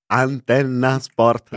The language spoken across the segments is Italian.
Antenna Sport,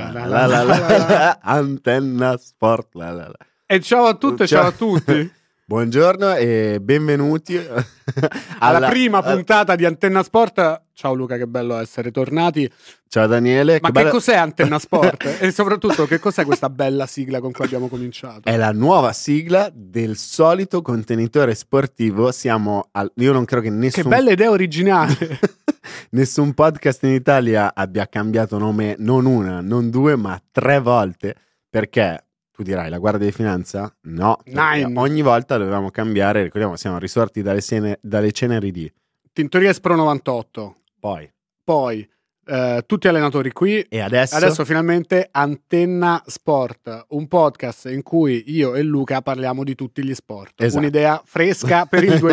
Antenna Sport, E ciao a tutte, ciao a tutti. Buongiorno e benvenuti alla prima puntata di Antenna Sport. Ciao Luca, che bello essere tornati. Ciao Daniele. Ma che cos'è Antenna Sport? E soprattutto che cos'è questa bella sigla con cui abbiamo cominciato? È la nuova sigla del solito contenitore sportivo. Io non credo che nessun... Che bella idea originale. Nessun podcast in Italia abbia cambiato nome non una, non due, ma 3 volte, perché tu dirai la Guardia di Finanza? No, ogni volta dovevamo cambiare. Ricordiamo, siamo risorti dalle ceneri di Tintoria Espro 98. Poi tutti allenatori qui. E adesso finalmente Antenna Sport, un podcast in cui io e Luca parliamo di tutti gli sport. Esatto. Un'idea fresca per il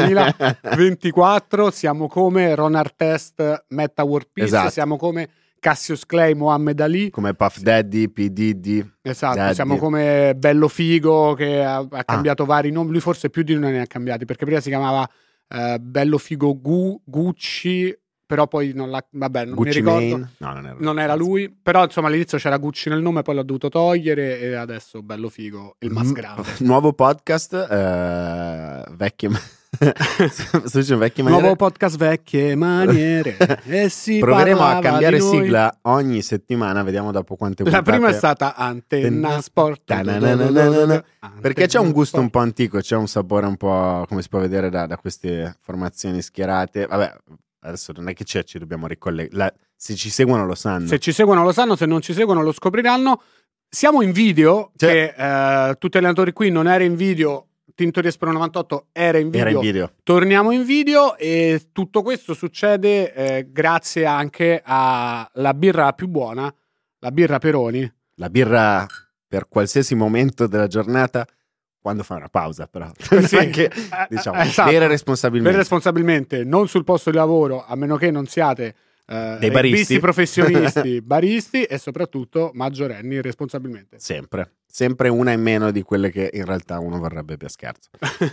2024. Siamo come Ron Artest, Metta World Peace. Esatto. Siamo come Cassius Clay, Muhammad Ali, come Puff Daddy, P. Diddy. Esatto, Daddy. Siamo come Bello Figo, che ha cambiato vari nomi. Lui forse più di uno ne ha cambiati, perché prima si chiamava Bello Figo Gucci, però poi non l'ha, vabbè, non Gucci mi ricordo. Mane. No, non era lui, però insomma all'inizio c'era Gucci nel nome, poi l'ha dovuto togliere e adesso Bello Figo, il mas grande. Nuovo podcast, vecchie maniere. Nuovo podcast, vecchie maniere. Proveremo a cambiare sigla ogni settimana, vediamo dopo quante puntate. La prima è stata Antenna Sport. Perché c'è un gusto un po' antico, c'è un sapore un po', come si può vedere da queste formazioni schierate. Vabbè, adesso non è che ci dobbiamo ricollegare. Se ci seguono lo sanno. Se ci seguono lo sanno, se non ci seguono lo scopriranno. Siamo in video, che tutti gli allenatori qui non era in video. Tintoria Espro 98 era in video. Torniamo in video e tutto questo succede grazie anche alla birra più buona, la birra Peroni. La birra per qualsiasi momento della giornata, quando fa una pausa però. Sì, anche, diciamo, esatto. Bere responsabilmente. Non sul posto di lavoro, a meno che non siate dei baristi professionisti, baristi e soprattutto maggiorenni responsabilmente. Sempre una in meno di quelle che in realtà uno vorrebbe per scherzo.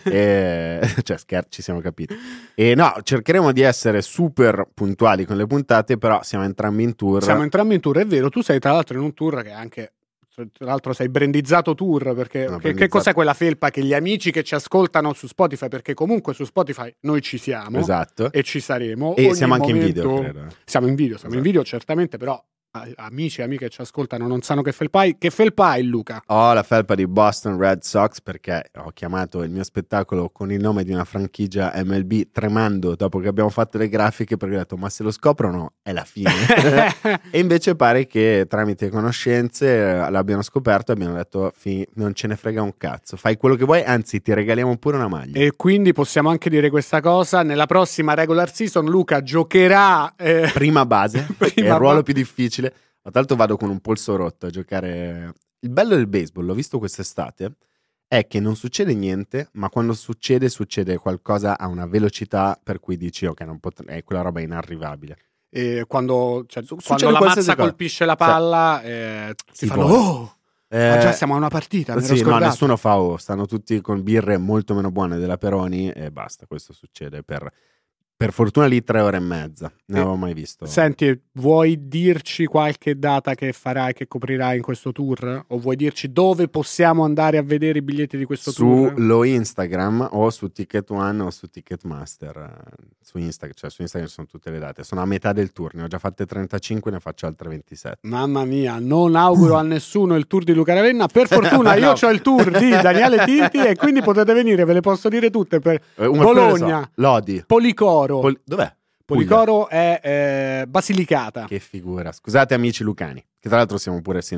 Ci siamo capiti. E no, cercheremo di essere super puntuali con le puntate, però siamo entrambi in tour. È vero, tu sei tra l'altro in un tour che anche, tra l'altro sei brandizzato tour, perché che cos'è quella felpa che gli amici che ci ascoltano su Spotify, perché comunque su Spotify noi ci siamo, esatto, e ci saremo e siamo anche in video, credo. Siamo in video certamente, però amici e amiche che ci ascoltano non sanno che felpa hai, Luca? Ho la felpa di Boston Red Sox, perché ho chiamato il mio spettacolo con il nome di una franchigia MLB, tremando dopo che abbiamo fatto le grafiche, perché ho detto ma se lo scoprono è la fine. E invece pare che tramite conoscenze l'abbiano scoperto e abbiano detto non ce ne frega un cazzo, fai quello che vuoi, anzi ti regaliamo pure una maglia. E quindi possiamo anche dire questa cosa: nella prossima regular season Luca giocherà prima base, che è il ruolo più difficile. Tra l'altro vado con un polso rotto a giocare. Il bello del baseball, l'ho visto quest'estate, è che non succede niente, ma quando succede qualcosa a una velocità per cui dici ok, quella roba è inarrivabile. E quando la mazza colpisce la palla, si fanno ma già siamo a una partita. Sì, no, nessuno fa stanno tutti con birre molto meno buone della Peroni e basta. Questo succede per fortuna lì 3 ore e mezza, ne avevo mai visto. Senti, vuoi dirci qualche data che farai, che coprirai in questo tour? O vuoi dirci dove possiamo andare a vedere i biglietti di questo tour? Su Instagram o su Ticket One o su Ticketmaster. Su Instagram ci sono tutte le date. Sono a metà del tour, ne ho già fatte 35, ne faccio altre 27. Mamma mia, non auguro a nessuno il tour di Luca Ravenna. Per fortuna io ho il tour di Daniele Tinti e quindi potete venire, ve le posso dire tutte, per Bologna, Lodi, Policoro. Dov'è? Policoro è Basilicata. Che figura. Scusate amici lucani, che tra l'altro siamo pure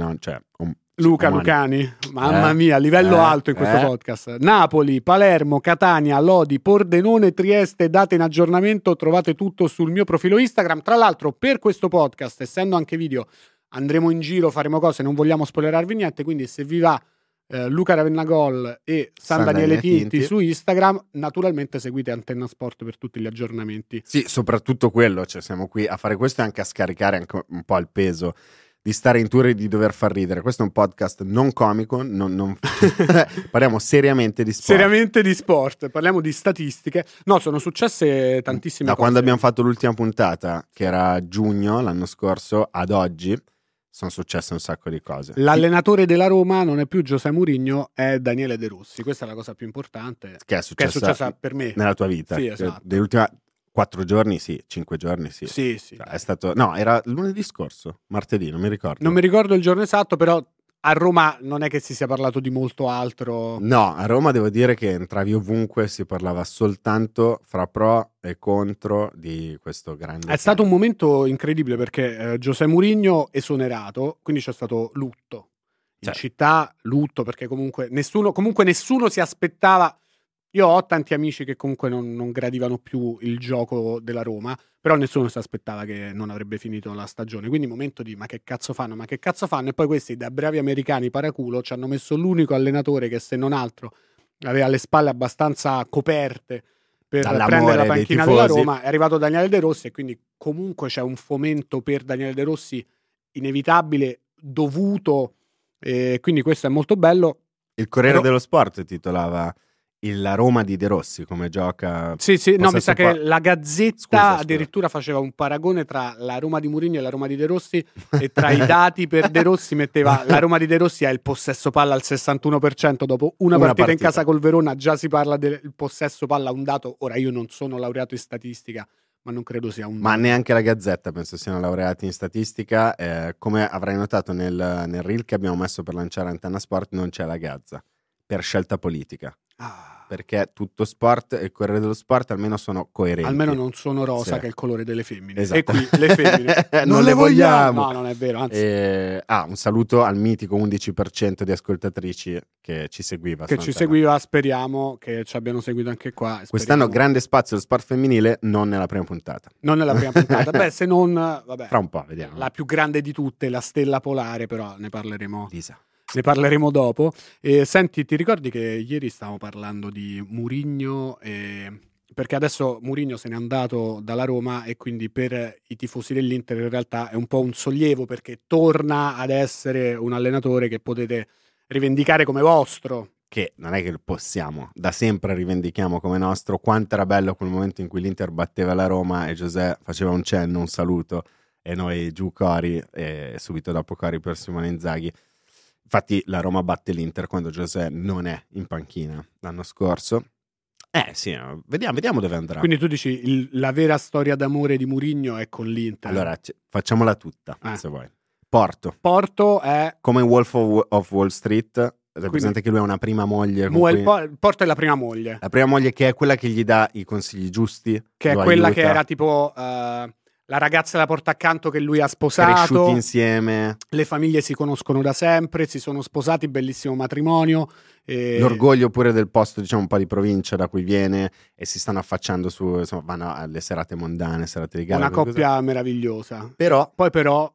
Lucani, mamma mia, livello alto in questo podcast. Napoli, Palermo, Catania, Lodi, Pordenone, Trieste, date in aggiornamento, trovate tutto sul mio profilo Instagram. Tra l'altro per questo podcast, essendo anche video, andremo in giro, faremo cose, non vogliamo spoilerarvi niente, quindi se vi va Luca Ravenna Gol e San Daniele Tinti su Instagram, naturalmente seguite Antenna Sport per tutti gli aggiornamenti. Sì, soprattutto quello, siamo qui a fare questo e anche a scaricare anche un po' il peso di stare in tour e di dover far ridere. Questo è un podcast non comico, parliamo seriamente di sport. Seriamente di sport, parliamo di statistiche. No, sono successe tantissime da cose. Quando abbiamo fatto l'ultima puntata, che era giugno l'anno scorso, ad oggi sono successe un sacco di cose. L'allenatore della Roma non è più José Mourinho, è Daniele De Rossi. Questa è la cosa più importante che è successa per me nella tua vita. Sì, esatto. Dell'ultima 4 giorni, sì, 5 giorni, sì. Sì. Cioè, è stato, no, era lunedì scorso, martedì, non mi ricordo. Non mi ricordo il giorno esatto, però a Roma non è che si sia parlato di molto altro. No, a Roma devo dire che entravi ovunque, si parlava soltanto fra pro e contro di questo grande... È stato un momento incredibile perché José Mourinho esonerato, quindi c'è stato lutto. In città, lutto, perché comunque nessuno si aspettava... Io ho tanti amici che comunque non gradivano più il gioco della Roma, però nessuno si aspettava che non avrebbe finito la stagione. Quindi momento di ma che cazzo fanno? E poi questi da bravi americani paraculo ci hanno messo l'unico allenatore che se non altro aveva le spalle abbastanza coperte per prendere la panchina della Roma. È arrivato Daniele De Rossi e quindi comunque c'è un fomento per Daniele De Rossi inevitabile, dovuto, quindi questo è molto bello. Il Corriere dello Sport titolava la Roma di De Rossi come gioca. Sì, no, mi sa che la Gazzetta addirittura faceva un paragone tra la Roma di Mourinho e la Roma di De Rossi e tra i dati per De Rossi metteva la Roma di De Rossi ha il possesso palla al 61% dopo una partita in casa col Verona, già si parla del possesso palla, un dato, ora io non sono laureato in statistica ma non credo sia un dato. Ma neanche la Gazzetta penso siano laureati in statistica, come avrai notato nel reel che abbiamo messo per lanciare Antenna Sport non c'è la Gazza, per scelta politica. Perché tutto sport e il Corriere dello Sport almeno sono coerenti. Almeno non sono rosa, che è il colore delle femmine. Esatto. E qui le femmine non le vogliamo. No, non è vero, anzi. Un saluto al mitico 11% di ascoltatrici che ci seguiva. Speriamo che ci abbiano seguito anche qua. Quest'anno grande spazio allo sport femminile, non nella prima puntata. Beh, se non, vabbè. Fra un po', vediamo. La più grande di tutte, la stella polare, però ne parleremo. Lisa. Ne parleremo dopo. Senti, ti ricordi che ieri stavamo parlando di Mourinho? Perché adesso Mourinho se n'è andato dalla Roma e quindi per i tifosi dell'Inter in realtà è un po' un sollievo perché torna ad essere un allenatore che potete rivendicare come vostro. Che non è che lo possiamo, da sempre rivendichiamo come nostro. Quanto era bello quel momento in cui l'Inter batteva la Roma e José faceva un cenno, un saluto e noi giù cori e subito dopo cori per Simone Inzaghi. Infatti la Roma batte l'Inter quando José non è in panchina l'anno scorso. Sì, vediamo dove andrà. Quindi tu dici la vera storia d'amore di Mourinho è con l'Inter. Allora, facciamola tutta, se vuoi. Porto è... come Wolf of Wall Street. È presente che lui ha una prima moglie. Porto è la prima moglie. La prima moglie che è quella che gli dà i consigli giusti. Che è quella aiuta. Che era tipo... la ragazza la porta accanto che lui ha sposato. Cresciuti insieme. Le famiglie si conoscono da sempre, si sono sposati, bellissimo matrimonio. L'orgoglio pure del posto, diciamo un po' di provincia da cui viene e si stanno affacciando su, insomma, vanno alle serate mondane, serate di gara. Una coppia meravigliosa. Poi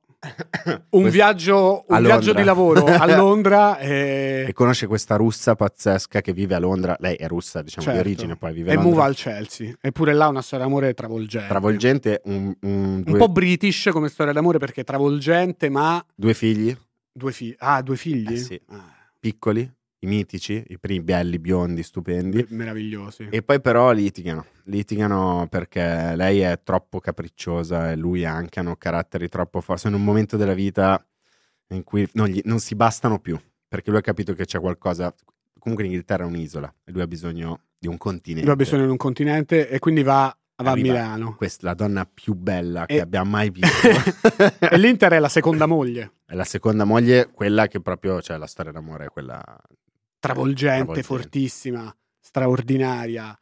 un viaggio di lavoro a Londra e conosce questa russa pazzesca che vive a Londra. Lei è russa, diciamo, di origine, poi vive a Londra. E muove al Chelsea. Eppure là una storia d'amore travolgente. Un po' british come storia d'amore perché travolgente, ma... Due figli. Due figli? Sì. Piccoli, i mitici, i primi belli, biondi, stupendi. Meravigliosi. E poi però litigano perché lei è troppo capricciosa e lui anche, hanno caratteri troppo forti. Sono in un momento della vita in cui non si bastano più, perché lui ha capito che c'è qualcosa. Comunque l'Inghilterra è un'isola e lui ha bisogno di un continente. Lui ha bisogno di un continente e quindi va a Milano. Questa è la donna più bella che abbia mai visto. E l'Inter è la seconda moglie. È la seconda moglie, quella che proprio, cioè la storia d'amore è quella travolgente. Fortissima, straordinaria,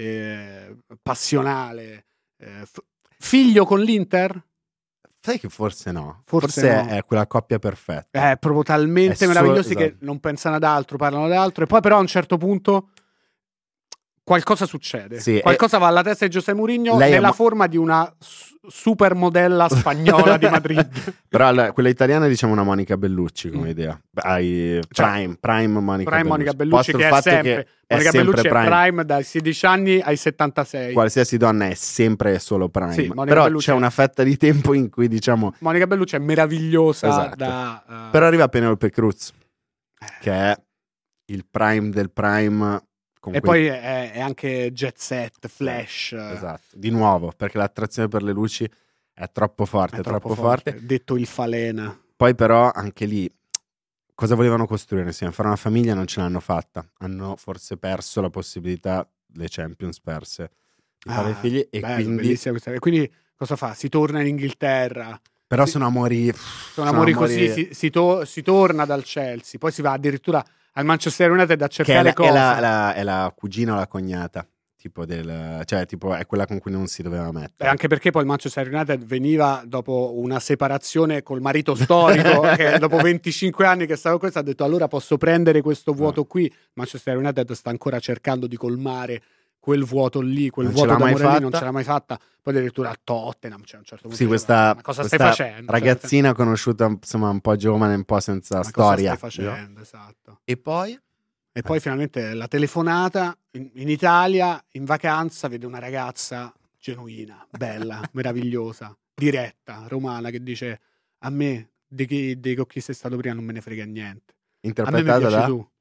passionale. Figlio con l'Inter? Sai che forse no. Forse è quella coppia perfetta. È proprio talmente meravigliosi che non pensano ad altro, parlano ad altro. E poi però a un certo punto qualcosa succede. Sì, Qualcosa va alla testa di José Mourinho lei nella forma di una supermodella spagnola di Madrid. Però quella italiana è, diciamo, una Monica Bellucci come idea. Hai Prime Monica Bellucci, Posto che il è fatto sempre che Monica sempre Bellucci è Prime dai 16 anni ai 76. Qualsiasi donna è sempre solo Prime. Sì, però Bellucci c'è una fetta di tempo in cui, diciamo, Monica Bellucci è meravigliosa. Esatto. Però arriva Penelope Cruz, che è il prime del prime. E poi è anche jet set, flash. Esatto, di nuovo, perché l'attrazione per le luci è troppo forte, troppo forte. Detto il falena. Poi però anche lì, cosa volevano costruire insieme? Fare una famiglia, non ce l'hanno fatta. Hanno forse perso la possibilità, le Champions perse, di fare figli. E quindi cosa fa? Si torna in Inghilterra. Però sono amori così, si torna dal Chelsea, poi si va addirittura al Manchester United a cercare è la cugina o la cognata, tipo è quella con cui non si doveva mettere. Anche perché poi il Manchester United veniva dopo una separazione col marito storico, che dopo 25 anni che stava con questo ha detto allora posso prendere questo vuoto qui. Manchester United sta ancora cercando di colmare quel vuoto lì, quel vuoto d'amore lì, non ce l'ha mai fatta. Poi addirittura a Tottenham, cioè a un certo punto questa stai facendo? Ragazzina conosciuta, insomma, un po' giovane, un po' senza storia. Cosa stai facendo, esatto. E poi finalmente la telefonata in Italia, in vacanza, vede una ragazza genuina, bella, meravigliosa, diretta, romana, che dice a me con chi sei stato prima non me ne frega niente. Interpretata a me mi piaci tu.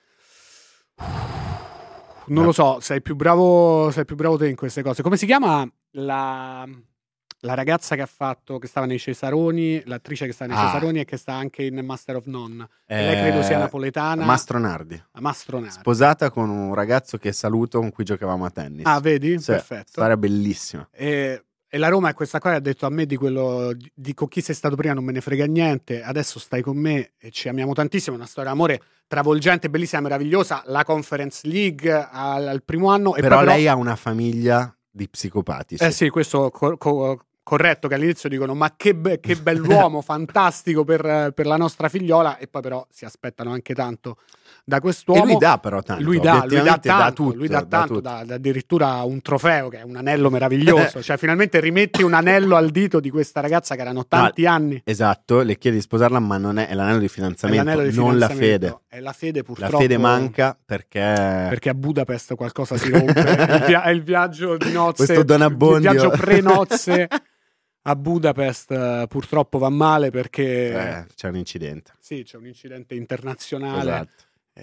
Non lo so, sei più bravo te in queste cose. Come si chiama la ragazza che stava nei Cesaroni, l'attrice che sta nei Cesaroni e che sta anche in Master of None? Lei credo sia napoletana. Mastronardi. Sposata con un ragazzo che saluto con cui giocavamo a tennis. Ah, vedi? Sì, perfetto. Storia bellissima. E la Roma è questa qua, ha detto a me di quello di con chi sei stato prima non me ne frega niente, adesso stai con me e ci amiamo tantissimo, è una storia d'amore travolgente, bellissima, meravigliosa, la Conference League al primo anno. Però lei ha una famiglia di psicopatici. Sì, questo corretto, che all'inizio dicono ma che bell'uomo, fantastico per la nostra figliola, e poi però si aspettano anche tanto da quest'uomo. E lui dà però tanto. Lui dà tanto, dà addirittura un trofeo che è un anello meraviglioso. Cioè finalmente rimetti un anello al dito di questa ragazza che erano tanti anni. Esatto, le chiede di sposarla, ma non è l'anello di fidanzamento, non la fede. È la fede, purtroppo. La fede manca perché a Budapest qualcosa si rompe. È il viaggio di nozze, questo Don Abbondio, il viaggio pre-nozze a Budapest purtroppo va male perché c'è un incidente. Sì, c'è un incidente internazionale. Esatto.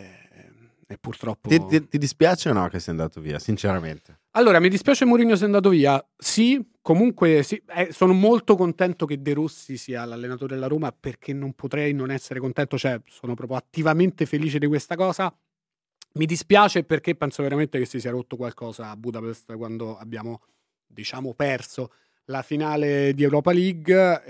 E purtroppo ti dispiace o no che sia andato via, sinceramente? Allora, mi dispiace Mourinho sia andato via. Sì, comunque sì, sono molto contento che De Rossi sia l'allenatore della Roma, perché non potrei non essere contento, cioè sono proprio attivamente felice di questa cosa. Mi dispiace perché penso veramente che si sia rotto qualcosa a Budapest quando abbiamo, diciamo, perso la finale di Europa League.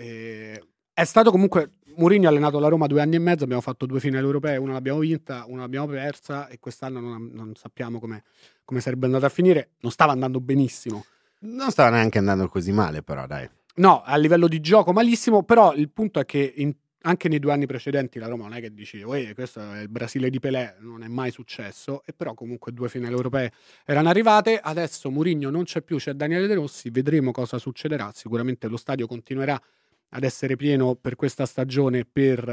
È stato comunque, Mourinho ha allenato la Roma 2 anni e mezzo, abbiamo fatto 2 finali europee, una l'abbiamo vinta, una l'abbiamo persa, e quest'anno non sappiamo come sarebbe andata a finire. Non stava andando benissimo. Non stava neanche andando così male, però dai. No, a livello di gioco malissimo, però il punto è che anche nei 2 anni precedenti la Roma non è che dici questo è il Brasile di Pelé, non è mai successo, e però comunque 2 finali europee erano arrivate. Adesso Mourinho non c'è più, c'è Daniele De Rossi, vedremo cosa succederà. Sicuramente lo stadio continuerà ad essere pieno per questa stagione per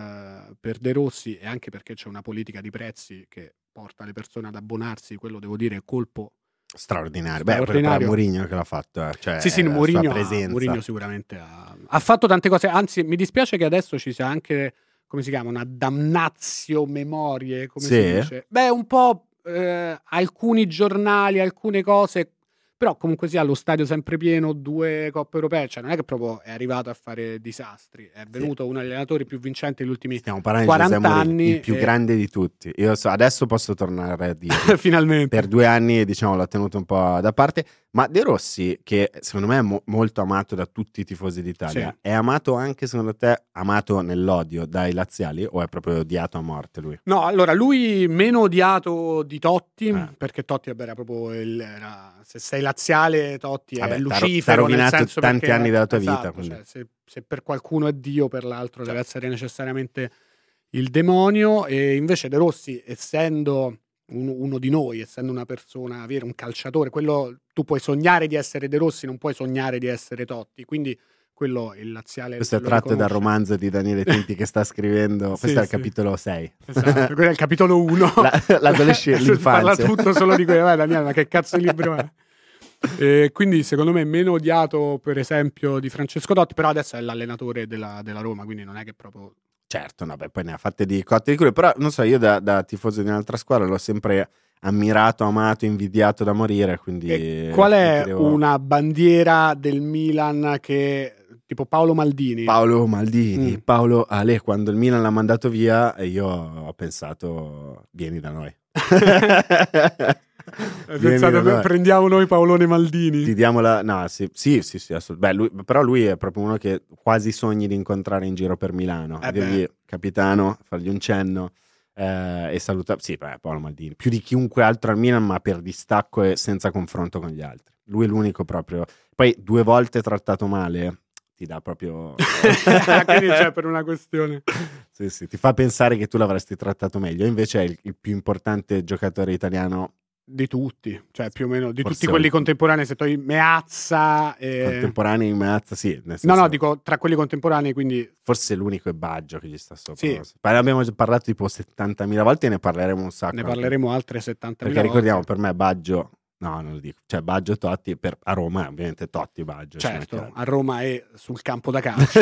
De Rossi, e anche perché c'è una politica di prezzi che porta le persone ad abbonarsi. Quello devo dire, colpo straordinario. Per Mourinho che l'ha fatto, cioè, sì, Mourinho sicuramente ha fatto tante cose. Anzi, mi dispiace che adesso ci sia anche, come si chiama, una damnatio memorie, come si dice? Un po' alcuni giornali, alcune cose. Però comunque sia, lo stadio sempre pieno, 2 coppe europee, cioè non è che proprio è arrivato a fare disastri. È venuto uno degli allenatori più vincenti degli ultimi 40 anni, il più grande di tutti. Io adesso posso tornare a dire finalmente. Per 2 anni, diciamo, l'ho tenuto un po' da parte. Ma De Rossi, che secondo me è molto amato da tutti i tifosi d'Italia, è amato anche, secondo te, amato nell'odio dai laziali, o è proprio odiato a morte lui? No, allora lui meno odiato di Totti, perché Totti era proprio se sei laziale, Totti è Lucifero, t'ha rovinato nel senso tanti anni della tua esatto, vita. Cioè, se per qualcuno è Dio, per l'altro deve essere necessariamente il demonio. E invece De Rossi, essendo uno di noi, essendo una persona, avere un calciatore, quello tu puoi sognare di essere De Rossi, non puoi sognare di essere Totti, quindi quello il laziale. Questo è tratto dal romanzo di Daniele Tinti che sta scrivendo. Sì, questo è il sì. capitolo 6. Esatto, quello è il capitolo 1. L'adolescenza, Parla l'infanzia. tutto solo di quello. Daniele, ma che cazzo di libro è? Quindi secondo me meno odiato per esempio di Francesco Totti, però adesso è l'allenatore della Roma, quindi non è che proprio... Certo, no, beh, poi ne ha fatte di cotte e di crude, però non so, io da tifoso di un'altra squadra l'ho sempre ammirato, amato, invidiato da morire, quindi... E qual è una bandiera del Milan che... tipo Paolo Maldini? Paolo Maldini, Paolo Ale, quando il Milan l'ha mandato via, io ho pensato, vieni da noi. Pensate, prendiamo noi Paolone Maldini. Ti diamo la... No, sì, assolutamente. Però lui è proprio uno che quasi sogni di incontrare in giro per Milano. Dirgli capitano, fargli un cenno e salutare. Sì, Paolo Maldini. Più di chiunque altro al Milan, ma per distacco e senza confronto con gli altri. Lui è l'unico proprio. Poi 2 volte trattato male ti dà proprio... Quindi c'è per una questione. Sì, ti fa pensare che tu l'avresti trattato meglio. Invece è il più importante giocatore italiano di tutti, cioè più o meno di forse tutti quelli contemporanei, se togli Meazza contemporanei, Meazza, sì, nel senso, no, dico tra quelli contemporanei, quindi forse l'unico è Baggio che gli sta sopra. Sì. Abbiamo parlato tipo 70.000 volte e ne parleremo un sacco. Ne parleremo altre 70.000 perché ricordiamo, per me Baggio, no, non lo dico, cioè Baggio Totti, a Roma ovviamente Totti Baggio. Certo, a Roma è sul campo da calcio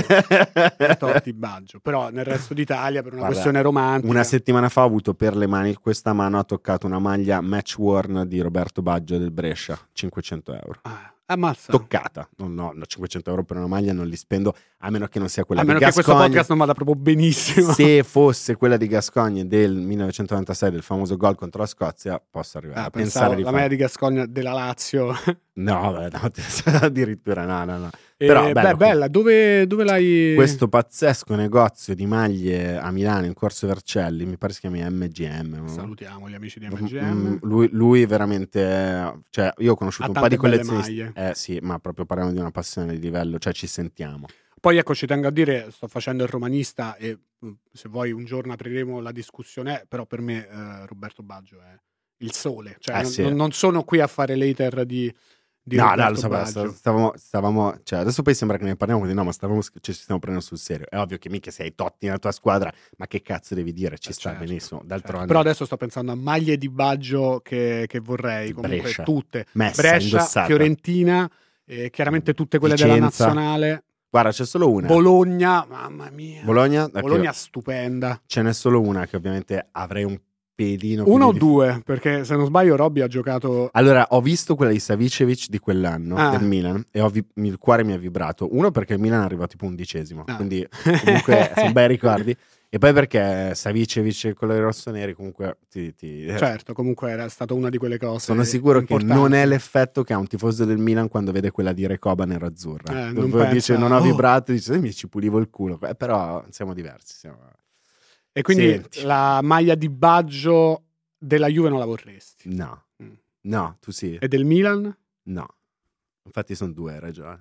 Totti Baggio, però nel resto d'Italia per una questione romantica. Una settimana fa ho avuto per le mani, questa mano ha toccato una maglia match worn di Roberto Baggio del Brescia, 500 euro. Ammazza. Toccata, no, 500 euro per una maglia non li spendo, a meno che non sia quella di Gascogne. A meno che questo podcast non vada proprio benissimo. Se fosse quella di Gascogne del 1996, del famoso gol contro la Scozia, posso arrivare a pensare di la maglia di Gascogne della Lazio. No, addirittura no. Però bella, dove l'hai? Questo pazzesco negozio di maglie a Milano in Corso Vercelli, mi pare si chiami MGM. Salutiamo gli amici di MGM. Lui veramente, cioè io ho conosciuto un po' di collezionisti. Maglie. Sì, ma proprio parliamo di una passione di livello, cioè ci sentiamo. Poi ecco, ci tengo a dire, sto facendo il romanista e se vuoi un giorno apriremo la discussione, però per me Roberto Baggio è il sole, cioè non sono qui a fare l'hater di no, lo stavamo, cioè adesso poi sembra che ne parliamo di no, ma ci stiamo prendendo sul serio. È ovvio che mica sei Totti nella tua squadra, ma che cazzo devi dire? Ci sta benissimo. D'altronde. Però adesso sto pensando a maglie di Baggio che vorrei, comunque Brescia. Tutte. Brescia, indossata. Fiorentina, chiaramente tutte quelle Vicenza. della nazionale. Guarda, c'è solo una. Bologna, mamma mia. Bologna stupenda. Ce n'è solo una che ovviamente avrei un pelino. Uno o due, perché se non sbaglio Robby ha giocato... Allora, ho visto quella di Savicevic di quell'anno, del Milan, e il cuore mi ha vibrato. Uno perché il Milan arriva tipo 11°, quindi comunque sono bei ricordi. E poi perché Savicevic e i colori rossoneri comunque Certo, comunque era stata una di quelle cose. Sono sicuro importanti. Che non è l'effetto che ha un tifoso del Milan quando vede quella di Recoba nerazzurra. Dice non ho vibrato, dice mi ci pulivo il culo. Però siamo diversi. E quindi la maglia di Baggio della Juve non la vorresti? No, tu sì. E del Milan? No. Infatti sono 2, hai ragione.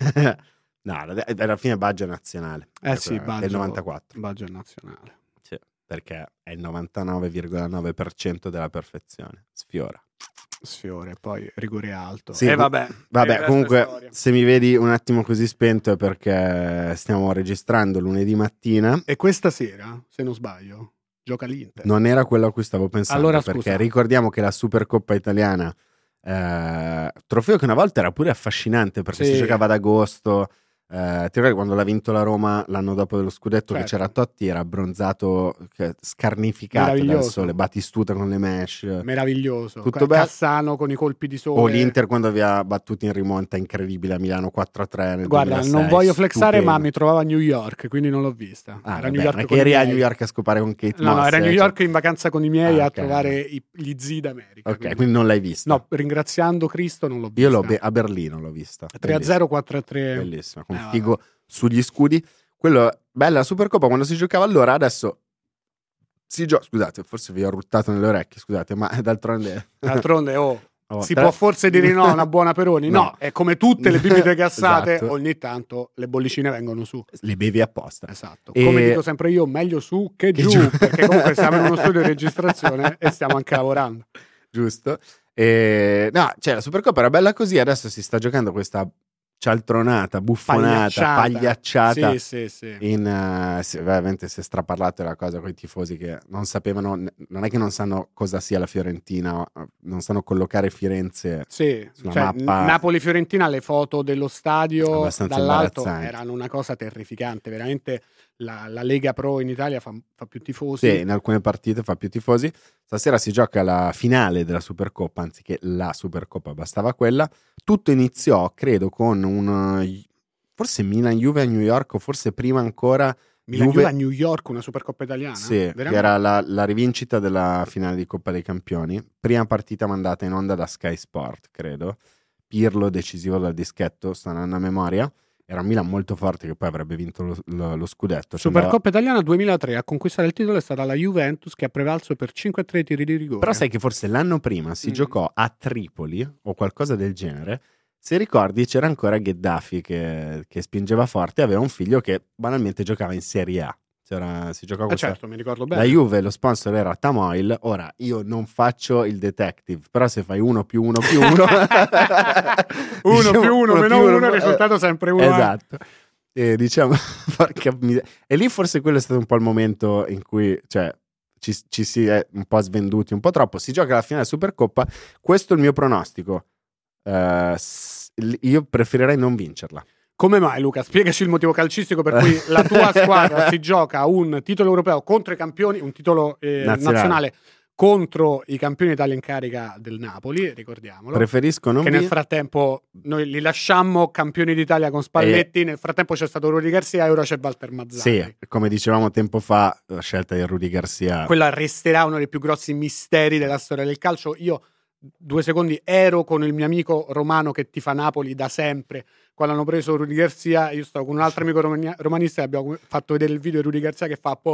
No, alla fine Baggio è nazionale. Sì, Baggio, del 94. Baggio è nazionale. Sì, perché è il 99,9% della perfezione. Sfiora, poi rigore alto. Sì, vabbè, comunque se mi vedi un attimo così spento è perché stiamo registrando lunedì mattina. E questa sera, se non sbaglio, gioca l'Inter. Non era quello a cui stavo pensando, allora, perché scusa. Ricordiamo che la Supercoppa italiana, trofeo che una volta era pure affascinante perché si giocava ad agosto. Ti ricordi quando l'ha vinto la Roma l'anno dopo dello scudetto, che c'era Totti, era abbronzato, scarnificato dal sole, Batistuta con le mesh, meraviglioso, tutto Cassano con i colpi di sole, o l'Inter quando aveva battuto in rimonta incredibile a Milano 4-3 nel guarda 2006. Non voglio flexare, ma mi trovavo a New York, quindi non l'ho vista. Era New York, che eri a New York a scopare con Kate Moss? No, era a New York in vacanza con i miei a trovare gli zii d'America. Quindi non l'hai vista? No, ringraziando Cristo non l'ho vista. Io a Berlino l'ho vista 3-0, 4-3, bellissima, con figo sugli scudi. Quello, bella la Supercoppa quando si giocava allora. Adesso si gioca, scusate, forse vi ho ruttato nelle orecchie, scusate, ma d'altronde si può forse dire no a una buona Peroni? No, è come tutte le bibite gassate, esatto. Ogni tanto le bollicine vengono su. Le bevi apposta. Esatto. Come dico sempre io, meglio su che giù, perché comunque siamo in uno studio di registrazione e stiamo anche lavorando. Giusto. No, cioè la Supercoppa era bella così, adesso si sta giocando questa cialtronata, buffonata, pagliacciata. Sì. Veramente si è straparlato della cosa con i tifosi che non sapevano, non è che non sanno cosa sia la Fiorentina, non sanno collocare Firenze sulla mappa. Napoli-Fiorentina, le foto dello stadio abbastanza dall'alto erano una cosa terrificante, veramente. La Lega Pro in Italia fa più tifosi. Sì, in alcune partite fa più tifosi. Stasera si gioca la finale della Supercoppa, anziché la Supercoppa, bastava quella. Tutto iniziò, credo, con forse Milan-Juve a New York, o forse prima ancora Milan-Juve a New York, una Supercoppa italiana? Sì, veramente? Che era la rivincita della finale di Coppa dei Campioni. Prima partita mandata in onda da Sky Sport, credo. Pirlo decisivo dal dischetto, sto andando a memoria. Era un Milan molto forte che poi avrebbe vinto lo scudetto. Supercoppa italiana 2003, a conquistare il titolo è stata la Juventus, che ha prevalso per 5-3 tiri di rigore. Però sai che forse l'anno prima si giocò a Tripoli o qualcosa del genere. Se ricordi c'era ancora Gheddafi che spingeva forte e aveva un figlio che banalmente giocava in Serie A. Si giocò questa... certo, mi ricordo bene. La Juve, lo sponsor era Tamoil. Ora io non faccio il detective, però se fai 1 più 1 più 1 1 più 1 meno 1 il risultato sempre 1. Esatto. E diciamo e lì forse quello è stato un po' il momento in cui ci si è un po' svenduti un po' troppo. Si gioca la finale Supercoppa. Questo è il mio pronostico. Io preferirei non vincerla. Come mai, Luca? Spiegaci il motivo calcistico per cui la tua squadra si gioca un titolo europeo contro i campioni, un titolo nazionale contro i campioni d'Italia in carica del Napoli, ricordiamolo. Preferisco non nel frattempo noi li lasciammo campioni d'Italia con Spalletti, nel frattempo c'è stato Rudy Garcia e ora c'è Walter Mazzarri. Sì, come dicevamo tempo fa, la scelta di Rudy Garcia. Quella resterà uno dei più grossi misteri della storia del calcio. Io 2 secondi ero con il mio amico romano che tifa Napoli da sempre. Quando hanno preso Rudy Garcia, io stavo con un altro amico romanista e abbiamo fatto vedere il video di Rudy Garcia che fa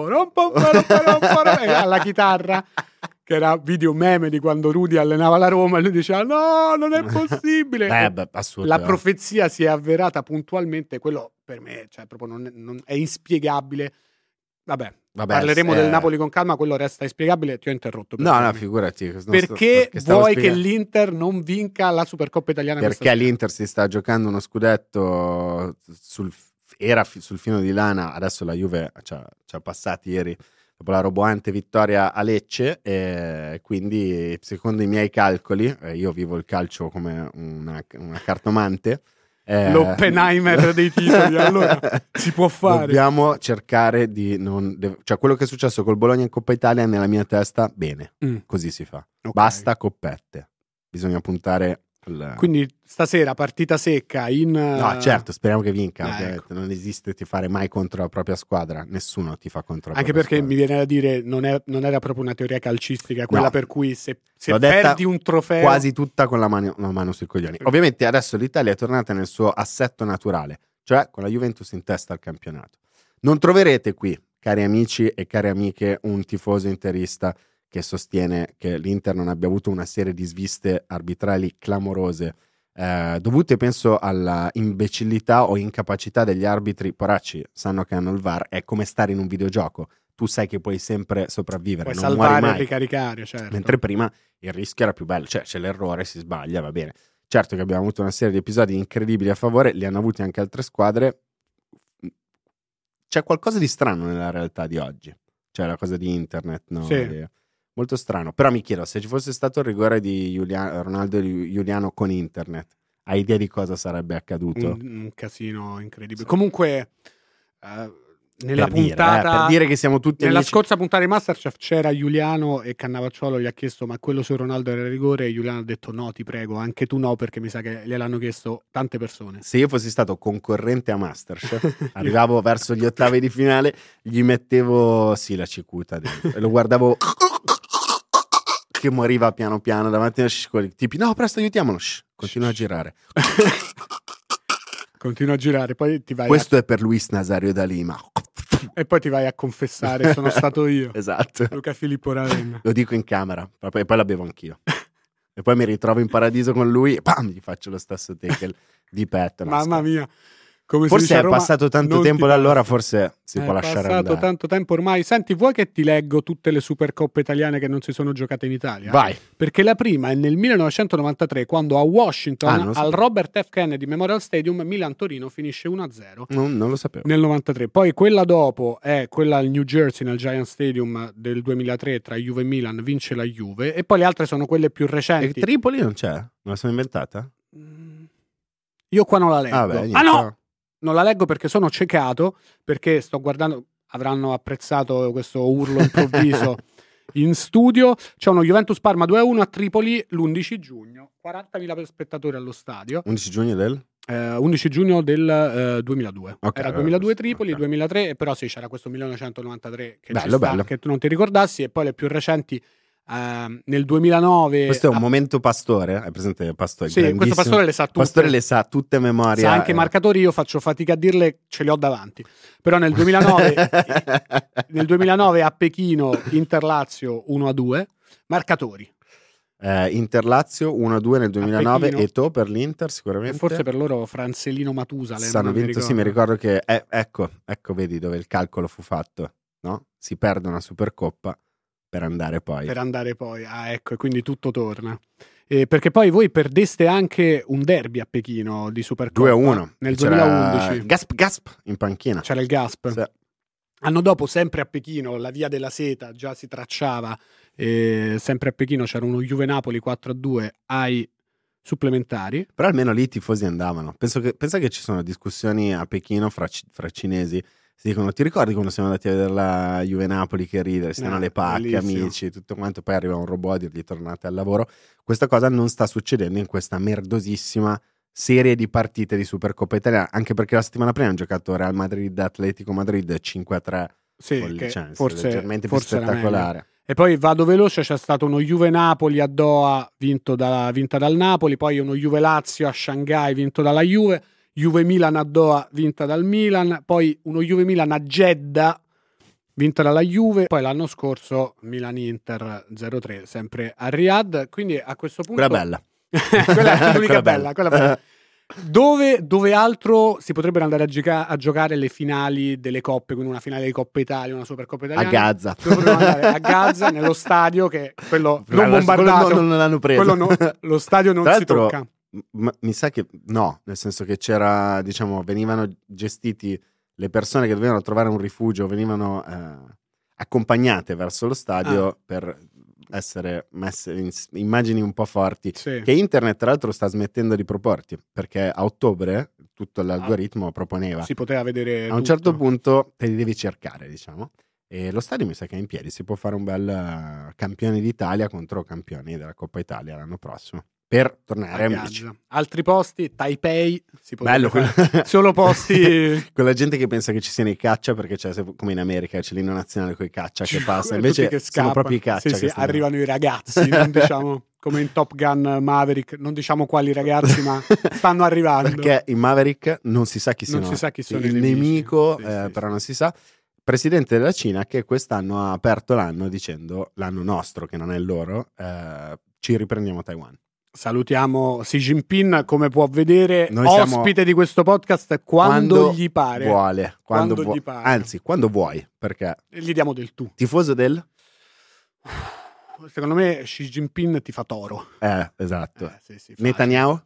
alla chitarra, che era video meme di quando Rudy allenava la Roma e lui diceva no, non è possibile. La profezia si è avverata puntualmente. Quello per me, cioè, proprio non è inspiegabile. Vabbè, parleremo del Napoli con calma, quello resta inspiegabile. Ti ho interrotto. No, figurati. Perché vuoi che l'Inter non vinca la Supercoppa italiana? Perché l'Inter si sta giocando uno scudetto era sul filo di lana, adesso la Juve ci ha passati ieri dopo la roboante vittoria a Lecce, e quindi secondo i miei calcoli, io vivo il calcio come una cartomante, l'Oppenheimer dei titoli, allora si può fare. Dobbiamo cercare di cioè quello che è successo col Bologna in Coppa Italia nella mia testa, bene, così si fa. Okay. Basta coppette, bisogna puntare quindi stasera partita secca no, certo, speriamo che vinca, ecco. Non esiste tifare mai contro la propria squadra, nessuno tifa contro la anche propria perché squadra. Mi viene da dire non era proprio una teoria calcistica quella per cui se perdi un trofeo quasi tutta con la mano sui coglioni. Ovviamente adesso l'Italia è tornata nel suo assetto naturale, cioè con la Juventus in testa al campionato. Non troverete qui, cari amici e cari amiche, un tifoso interista che sostiene che l'Inter non abbia avuto una serie di sviste arbitrali clamorose, dovute penso alla imbecillità o incapacità degli arbitri. Poracci sanno che hanno il VAR, è come stare in un videogioco, tu sai che puoi sempre sopravvivere, puoi non salvare muori mai. E ricaricare, certo. Mentre prima il rischio era più bello, cioè c'è l'errore, si sbaglia, va bene. Certo che abbiamo avuto una serie di episodi incredibili a favore, li hanno avuti anche altre squadre. C'è qualcosa di strano nella realtà di oggi, cioè la cosa di internet, no? Sì. Molto strano, però mi chiedo, se ci fosse stato il rigore di Ronaldo e Giuliano con internet, hai idea di cosa sarebbe accaduto? Un casino incredibile. Comunque nella puntata per dire che siamo tutti nella amici. Scorsa puntata di Masterchef c'era Giuliano e Cannavacciuolo gli ha chiesto ma quello su Ronaldo era rigore, e Giuliano ha detto no, ti prego, anche tu no, perché mi sa che gliel'hanno chiesto tante persone. Se io fossi stato concorrente a Masterchef arrivavo verso gli ottavi di finale, gli mettevo la cicuta dentro, e lo guardavo che moriva piano piano davanti a quelli tipi no, presto aiutiamolo, continua a girare. Continua a girare, poi ti vai questo è per Luis Nazario da Lima. E poi ti vai a confessare, sono stato io. Esatto. Luca Filippo Ravenna. Lo dico in camera, e poi la bevo anch'io. e poi mi ritrovo in paradiso con lui e pam, gli faccio lo stesso tackle di petto. Mamma mia. Come forse si dice a è Roma, passato tanto non tempo ti da allora, passa. forse si può lasciare andare. È passato tanto tempo ormai. Senti, vuoi che ti leggo tutte le Supercoppe italiane che non si sono giocate in Italia? Vai. Perché la prima è nel 1993, quando a Washington, al Robert F. Kennedy Memorial Stadium, Milan-Torino finisce 1-0. Non lo sapevo. Nel 93. Poi quella dopo è quella al New Jersey, nel Giant Stadium del 2003, tra Juve e Milan, vince la Juve. E poi le altre sono quelle più recenti. E Tripoli non c'è? Me la sono inventata? Io qua non la leggo. Vabbè, no! Non la leggo perché sono ciecato, perché sto guardando, avranno apprezzato questo urlo improvviso in studio. C'è uno Juventus Parma 2-1 a Tripoli l'11 giugno, 40.000 spettatori allo stadio. 11 giugno del? 11 giugno del 2002. Okay, era 2002 Tripoli, 2003, però sì, c'era questo 1993 che bello. Che tu non ti ricordassi, e poi le più recenti nel 2009. Questo è un momento Pastore, hai presente Pastore? Sì, questo Pastore le sa tutte. Pastore le sa tutte a memoria. Sa anche i marcatori, io faccio fatica a dirle, ce li ho davanti. Però nel 2009 a Pechino Inter-Lazio 1-2, marcatori. Inter-Lazio 1-2 nel 2009, Eto'o per l'Inter sicuramente. Forse per loro Franzellino Matusalem. Hanno vinto, sì, mi ricordo che ecco vedi dove il calcolo fu fatto, no? Si perde una Supercoppa per andare poi, ecco, e quindi tutto torna, perché poi voi perdeste anche un derby a Pechino di Supercoppa 2-1 nel c'era 2011. Gasp in panchina, c'era il Gasp, sì. Anno dopo, sempre a Pechino, la via della seta già si tracciava, sempre a Pechino c'era uno Juve-Napoli 4-2 ai supplementari. Però almeno lì i tifosi andavano. Pensa che ci sono discussioni a Pechino fra cinesi. Si dicono: ti ricordi quando siamo andati a vedere la Juve Napoli, che ridere, stanno le pacche, bellissimo, amici, tutto quanto. Poi arriva un robot a dirgli: tornate al lavoro. Questa cosa non sta succedendo in questa merdosissima serie di partite di Supercoppa italiana, anche perché la settimana prima hanno giocato Real Madrid Atletico Madrid 5-3. Sì, che forse leggermente più spettacolare. E poi vado veloce, c'è stato uno Juve-Napoli a Doha vinta dal Napoli, poi uno Juve-Lazio a Shanghai vinto dalla Juve, Juve-Milan a Doha vinta dal Milan, poi uno Juve-Milan a Jeddah vinta dalla Juve, poi l'anno scorso Milan-Inter 0-3 sempre a Riyadh, quindi a questo punto... Quella bella. quella è l'unica quella bella. Dove altro si potrebbero andare a giocare le finali delle coppe, quindi una finale di Coppa Italia, una Supercoppa italiana? A Gaza. Dove andare? A Gaza, nello stadio, che quello non bombardato. Quello non l'hanno preso. Lo stadio non si tocca. Mi sa che no, nel senso che c'era, diciamo, venivano gestiti le persone che dovevano trovare un rifugio, venivano accompagnate verso lo stadio per essere messe in immagini un po' forti, sì, che internet tra l'altro sta smettendo di proporti, perché a ottobre tutto l'algoritmo proponeva, si poteva vedere a un certo punto te li devi cercare, diciamo, e lo stadio mi sa che è in piedi, si può fare un bel campione d'Italia contro campioni della Coppa Italia l'anno prossimo, per tornare amici. Altri posti, Taipei, si bello, solo posti quella gente che pensa che ci siano i caccia, perché c'è, come in America c'è l'inno nazionale con i caccia che passa, invece che sono proprio i caccia, sì, arrivano i ragazzi, non diciamo come in Top Gun Maverick, non diciamo quali ragazzi, ma stanno arrivando, perché in Maverick non si sa chi sono, il nemico, però non si sa. Presidente della Cina, che quest'anno ha aperto l'anno dicendo: l'anno nostro, che non è il loro, ci riprendiamo Taiwan. Salutiamo Xi Jinping, come può vedere, noi ospite di questo podcast quando gli pare. Vuole, quando gli pare. Anzi, quando vuoi, perché gli diamo del tu. Tifoso del? Secondo me Xi Jinping ti fa toro. Esatto. Sì, Netanyahu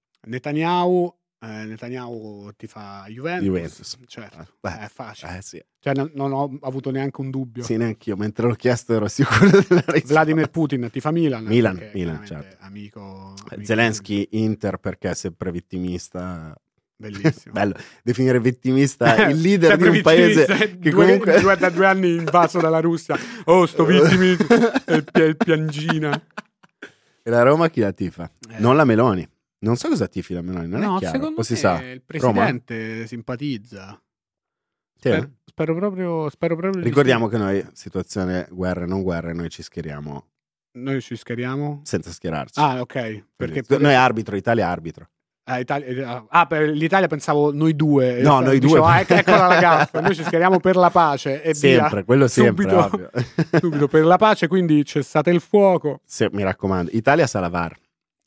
ti fa Juventus. Certo. È facile. Sì. Cioè, non ho avuto neanche un dubbio. Sì, neanch'io, mentre l'ho chiesto ero sicuro della risposta. Vladimir Putin ti fa Milan, certo. Amico Zelensky Inter, perché è sempre vittimista. Bellissimo. Bello definire vittimista il leader di un paese che comunque da 2 anni invaso dalla Russia. Sto vittimista, il piangina. E la Roma chi la tifa? Non la Meloni. Non so cosa tifi la Meloni, non è chiaro. Secondo me si sa. Il presidente Roma simpatizza. Sì. Spero proprio. Ricordiamo che noi, situazione guerra e non guerra, noi ci schieriamo. Noi ci schieriamo? Senza schierarci. Ok. Perché noi arbitro, Italia arbitro. Per l'Italia pensavo noi due. No, noi dicevo, due. Eccola la gaffa. Noi ci schieriamo per la pace e sempre, via. quello sempre, subito, subito per la pace, quindi cessate il fuoco. Mi raccomando, Italia sa la VAR.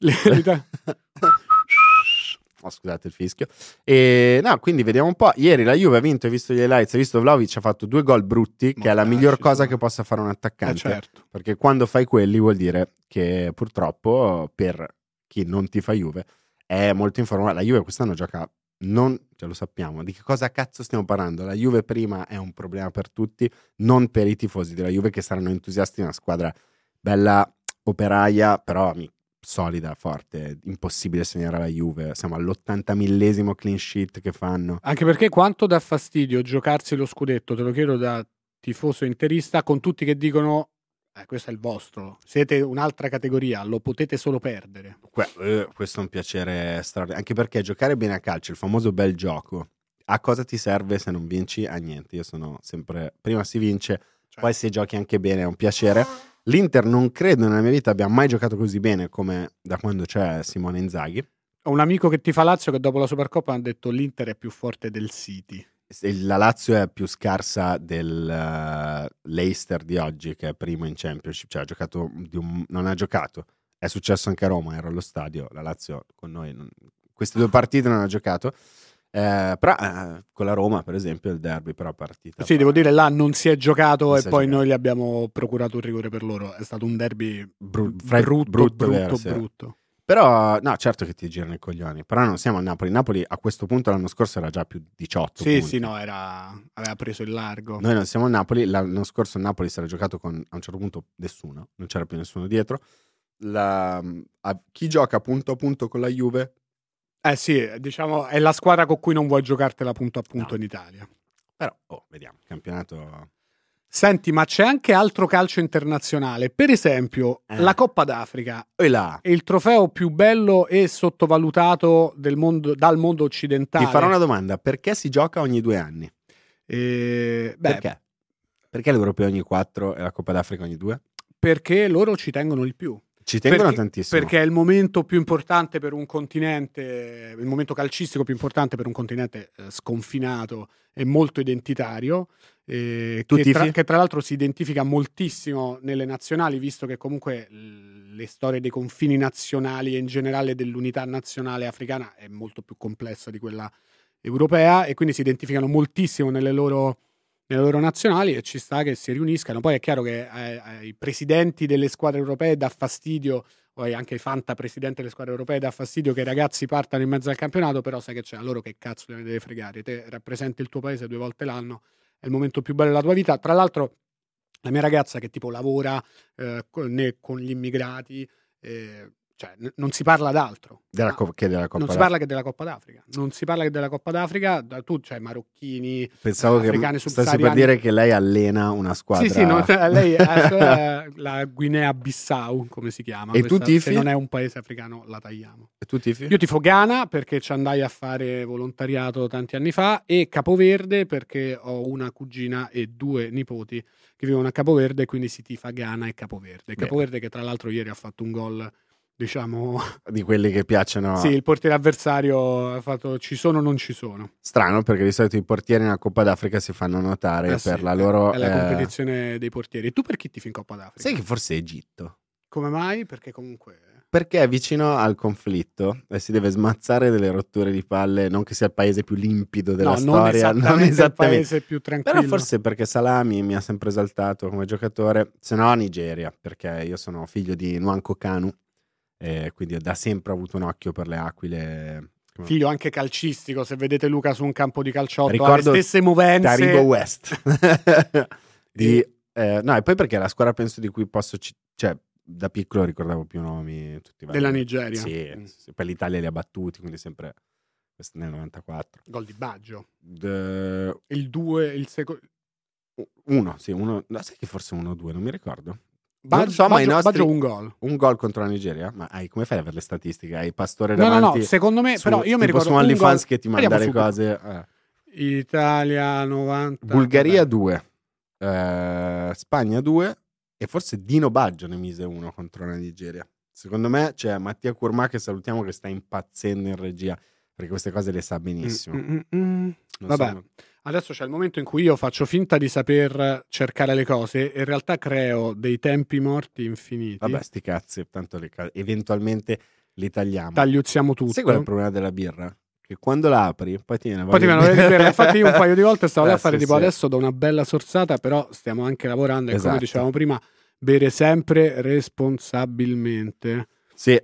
Oh, scusate il fischio. No, quindi vediamo un po'. Ieri la Juve ha vinto, hai visto gli highlights, hai visto Vlahovic ha fatto 2 gol brutti, che è la miglior cosa che possa fare un attaccante. Certo. Perché quando fai quelli vuol dire che purtroppo per chi non tifa Juve è molto informato. La Juve quest'anno gioca, lo sappiamo. Di che cosa cazzo stiamo parlando? La Juve prima è un problema per tutti, non per i tifosi della Juve che saranno entusiasti di una squadra bella, operaia, però solida, forte, impossibile segnare la Juve. Siamo all'80.000° clean sheet che fanno. Anche perché quanto dà fastidio giocarsi lo scudetto, te lo chiedo da tifoso interista, con tutti che dicono questo è il vostro, siete un'altra categoria, lo potete solo perdere. Questo è un piacere straordinario, anche perché giocare bene a calcio, il famoso bel gioco, a cosa ti serve se non vinci? A niente. Io sono sempre, prima si vince, poi se giochi anche bene è un piacere. L'Inter non credo nella mia vita abbia mai giocato così bene come da quando c'è Simone Inzaghi. Ho un amico che tifa Lazio che dopo la Supercoppa ha detto l'Inter è più forte del City. La Lazio è più scarsa del Leicester di oggi, che è primo in Championship, cioè ha giocato non ha giocato. È successo anche a Roma, ero allo stadio, la Lazio con noi queste 2 partite non ha giocato. Però con la Roma per esempio il derby però partita devo dire là non si è giocato non e poi noi gli abbiamo procurato un rigore per loro, è stato un derby brutto. Però no, certo che ti girano i coglioni, però non siamo al Napoli. Napoli a questo punto l'anno scorso era già più 18 punti. Aveva preso il largo. Noi non siamo al Napoli, l'anno scorso il Napoli si era giocato con a un certo punto nessuno, non c'era più nessuno dietro. Chi gioca punto a punto con la Juve? Sì, diciamo è la squadra con cui non vuoi giocartela punto a punto in Italia. Però, vediamo, il campionato... Senti, ma c'è anche altro calcio internazionale. Per esempio, la Coppa d'Africa è il trofeo più bello e sottovalutato del mondo, dal mondo occidentale. Ti farò una domanda, perché si gioca ogni 2 anni? Perché? Perché l'Europeo ogni 4 e la Coppa d'Africa ogni 2? Perché loro ci tengono il più. Ci tengono tantissimo. Perché è il momento più importante per un continente, il momento calcistico più importante per un continente sconfinato e molto identitario, che tra l'altro si identifica moltissimo nelle nazionali, visto che comunque le storie dei confini nazionali e in generale dell'unità nazionale africana è molto più complessa di quella europea, e quindi si identificano moltissimo nelle loro nazionali, e ci sta che si riuniscano. Poi è chiaro che ai presidenti delle squadre europee dà fastidio, poi anche ai fantapresidenti delle squadre europee dà fastidio che i ragazzi partano in mezzo al campionato, però sai che c'è, a loro che cazzo ne deve fregare, te rappresenti il tuo paese 2 volte l'anno, è il momento più bello della tua vita. Tra l'altro la mia ragazza che tipo lavora con gli immigrati, cioè non si parla d'altro che della Coppa non si parla che della Coppa d'Africa, non si parla che della Coppa d'Africa, tu c'hai marocchini, pensavo africani, che stessi per dire che lei allena una squadra. Sì, no, lei è la Guinea Bissau, come si chiama, e tu tifi? Se non è un paese africano la tagliamo. E tu tifi? Io tifo Ghana perché ci andai a fare volontariato tanti anni fa, e Capoverde perché ho una cugina e 2 nipoti che vivono a Capoverde, quindi si tifa Ghana e Capoverde. Capoverde che tra l'altro ieri ha fatto un gol, diciamo, di quelli che piacciono. Sì, il portiere avversario ha fatto ci sono o non ci sono. Strano, perché di solito i portieri nella Coppa d'Africa si fanno notare per la loro... È la competizione dei portieri. E tu per chi tifi in Coppa d'Africa? Sai che forse è Egitto. Come mai? Perché comunque... Perché è vicino al conflitto e si deve smazzare delle rotture di palle, non che sia il paese più limpido della storia, non esattamente il paese più tranquillo. Però forse perché Salami mi ha sempre esaltato come giocatore, se no Nigeria, perché io sono figlio di Nwankwo Kanu, quindi da sempre ho avuto un occhio per le aquile. Figlio anche calcistico, se vedete Luca su un campo di calciotto ricordo ha le stesse movenze. Taribo West. No, e poi perché la squadra penso di cui posso... cioè, da piccolo ricordavo più nomi tutti della Nigeria. Sì, per l'Italia li ha battuti, quindi sempre questo nel 94. Gol di Baggio. Il 2, il secondo. Uno. No, sai che forse 1-2, non mi ricordo. Baggio un gol. Un gol contro la Nigeria? Ma come fai ad avere le statistiche? Hai Pastore davanti? No, secondo me, però io mi ricordo su OnlyFans che ti manda le cose. Italia 90. Bulgaria 2. Spagna 2. E forse Dino Baggio ne mise 1 contro la Nigeria. Secondo me c'è Mattia Curmà, che salutiamo, che sta impazzendo in regia, perché queste cose le sa benissimo. Vabbè, adesso c'è il momento in cui io faccio finta di saper cercare le cose e in realtà creo dei tempi morti infiniti. Vabbè, sti cazzi, tanto eventualmente li tagliamo. Tagliuzziamo tutto. Sai qual è il problema della birra? Che quando la apri, poi ti viene Infatti io un paio di volte stavo a fare tipo adesso do una bella sorsata, però stiamo anche lavorando e come dicevamo prima, bere sempre responsabilmente. Sì,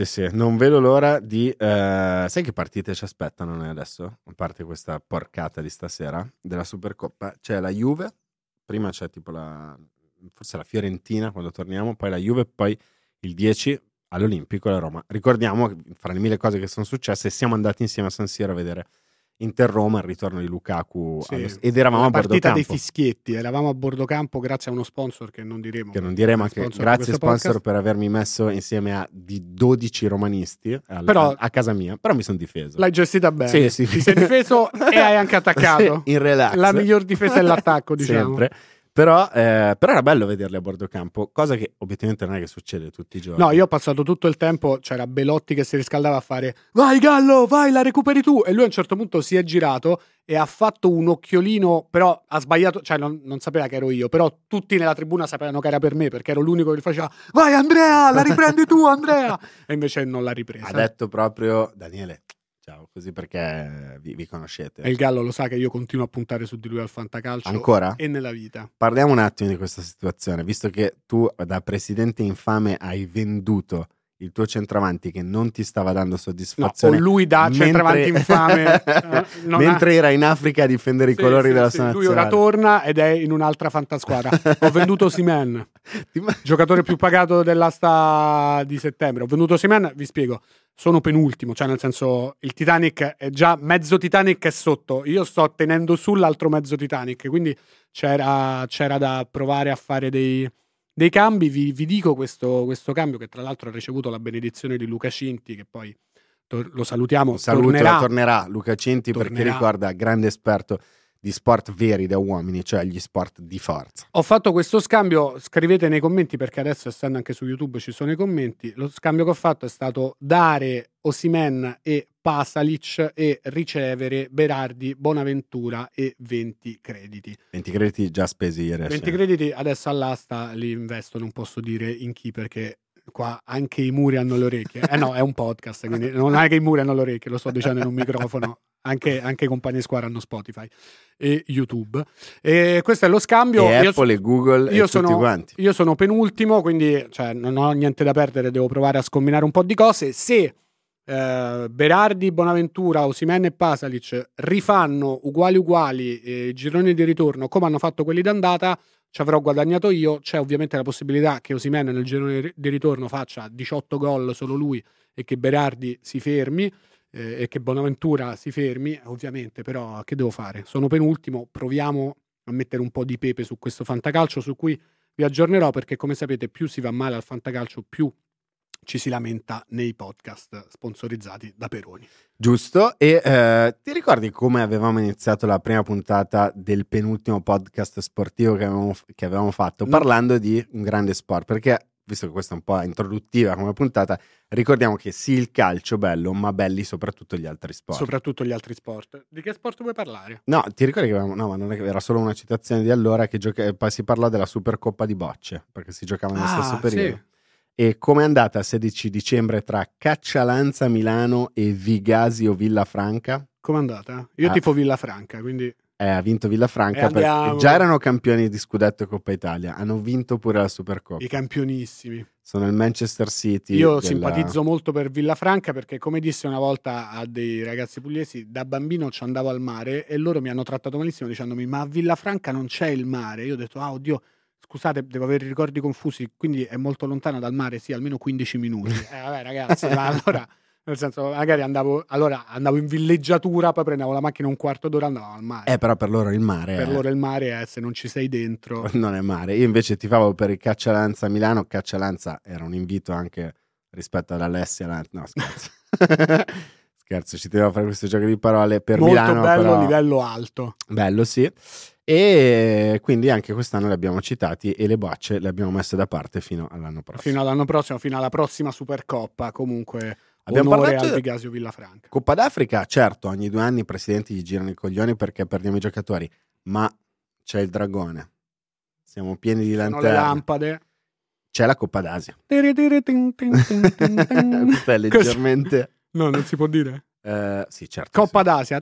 non vedo l'ora di... sai che partite ci aspettano noi adesso? A parte questa porcata di stasera della Supercoppa, c'è la Juve, prima c'è tipo forse la Fiorentina quando torniamo, poi la Juve, poi il 10 all'Olimpico la Roma. Ricordiamo che fra le mille cose che sono successe siamo andati insieme a San Siro a vedere Inter-Roma, il ritorno di Lukaku ed eravamo a bordo campo. Partita dei fischietti, eravamo a bordo campo grazie a uno sponsor che non diremo. Che grazie sponsor per avermi messo insieme a di 12 romanisti a casa mia, però mi sono difeso. L'hai gestita bene. Sì. Ti sei difeso e hai anche attaccato. In relax. La miglior difesa è l'attacco, diciamo. Sempre. Però era bello vederli a bordo campo, cosa che obiettivamente non è che succede tutti i giorni. No, io ho passato tutto il tempo, c'era Belotti che si riscaldava a fare vai Gallo, vai, la recuperi tu, e lui a un certo punto si è girato e ha fatto un occhiolino, però ha sbagliato, cioè non sapeva che ero io, però tutti nella tribuna sapevano che era per me, perché ero l'unico che gli faceva vai Andrea, la riprendi tu Andrea, e invece non l'ha ripresa. Ha detto proprio Daniele, ciao, così perché vi conoscete. E il Gallo lo sa che io continuo a puntare su di lui al fantacalcio. Ancora? E nella vita. Parliamo un attimo di questa situazione, visto che tu da presidente infame hai venduto il tuo centravanti che non ti stava dando soddisfazione. No, o lui da centravanti infame. Mentre era in Africa a difendere i colori della sua nazionale. Lui ora torna ed è in un'altra fantasquadra. Ho venduto Osimhen, giocatore più pagato dell'asta di settembre. Ho venduto Osimhen, vi spiego. Sono penultimo, cioè nel senso il Titanic è già mezzo Titanic è sotto, io sto tenendo su l'altro mezzo Titanic, quindi c'era da provare a fare dei cambi. Vi dico questo cambio che tra l'altro ha ricevuto la benedizione di Luca Cinti, che poi lo salutiamo. Tornerà Luca Cinti perché ricorda, grande esperto di sport veri da uomini, cioè gli sport di forza. Ho fatto questo scambio, scrivete nei commenti perché adesso essendo anche su YouTube ci sono i commenti. Lo scambio che ho fatto è stato dare Osimhen e Pasalic e ricevere Berardi, Bonaventura e 20 crediti. 20 crediti già spesi ieri. 20 crediti adesso all'asta li investo, non posso dire in chi perché qua anche i muri hanno le orecchie. No, è un podcast, quindi non è che i muri hanno le orecchie, lo sto dicendo in un microfono. Anche i compagni di squadra hanno Spotify e YouTube. E questo è lo scambio. E Apple e Google e tutti quanti. Io sono penultimo, quindi non ho niente da perdere, devo provare a scombinare un po' di cose. Se Berardi, Bonaventura, Osimhen e Pasalic rifanno uguali gironi di ritorno come hanno fatto quelli d'andata, ci avrò guadagnato io. C'è ovviamente la possibilità che Osimhen nel girone di ritorno faccia 18 gol solo lui e che Berardi si fermi e che Bonaventura si fermi, ovviamente, però che devo fare? Sono penultimo, proviamo a mettere un po' di pepe su questo fantacalcio su cui vi aggiornerò, perché come sapete più si va male al fantacalcio più ci si lamenta nei podcast sponsorizzati da Peroni. Giusto, e ti ricordi come avevamo iniziato la prima puntata del penultimo podcast sportivo che avevamo fatto, parlando di un grande sport? Perché, visto che questa è un po' introduttiva come puntata, ricordiamo che sì, il calcio bello, ma belli soprattutto gli altri sport. Soprattutto gli altri sport. Di che sport vuoi parlare? No, ti ricordi che no, ma non è che era solo una citazione di allora che poi si parlò della Supercoppa di bocce, perché si giocava nello stesso periodo. Sì. E com'è andata il 16 dicembre tra Caccialanza Milano e Vigasio Villafranca? Com'è andata? Io tifo Villafranca, quindi... ha vinto Villafranca perché già erano campioni di Scudetto e Coppa Italia, hanno vinto pure la Supercoppa. I campionissimi. Sono il Manchester City. Io simpatizzo molto per Villafranca perché, come dissi una volta a dei ragazzi pugliesi, da bambino ci andavo al mare e loro mi hanno trattato malissimo dicendomi ma a Villafranca non c'è il mare. Io ho detto oddio, scusate, devo avere i ricordi confusi, quindi è molto lontano dal mare, sì, almeno 15 minuti. Vabbè ragazzi, ma allora... Nel senso, magari andavo in villeggiatura, poi prendevo la macchina un quarto d'ora e andavo al mare. Però per loro il mare per loro il mare è se non ci sei dentro. Non è mare. Io invece tifavo per il Caccialanza Milano. Caccialanza era un invito anche rispetto all'Alessia. No, scherzo. Scherzo, ci tenevo a fare questo gioco di parole per molto Milano. Molto bello, però... livello alto. Bello, sì. E quindi anche quest'anno li abbiamo citati e le bocce le abbiamo messe da parte fino all'anno prossimo. Fino alla prossima Supercoppa. Comunque, abbiamo onore parlato al Vigasio Villafranca. Coppa d'Africa, certo, ogni 2 anni i presidenti gli girano i coglioni perché perdiamo i giocatori, ma c'è il dragone, siamo pieni di Sono lanterne, le lampade. c'è la Coppa d'Asia. Questa è leggermente... No, non si può dire. Sì, certo. Coppa sì. d'Asia.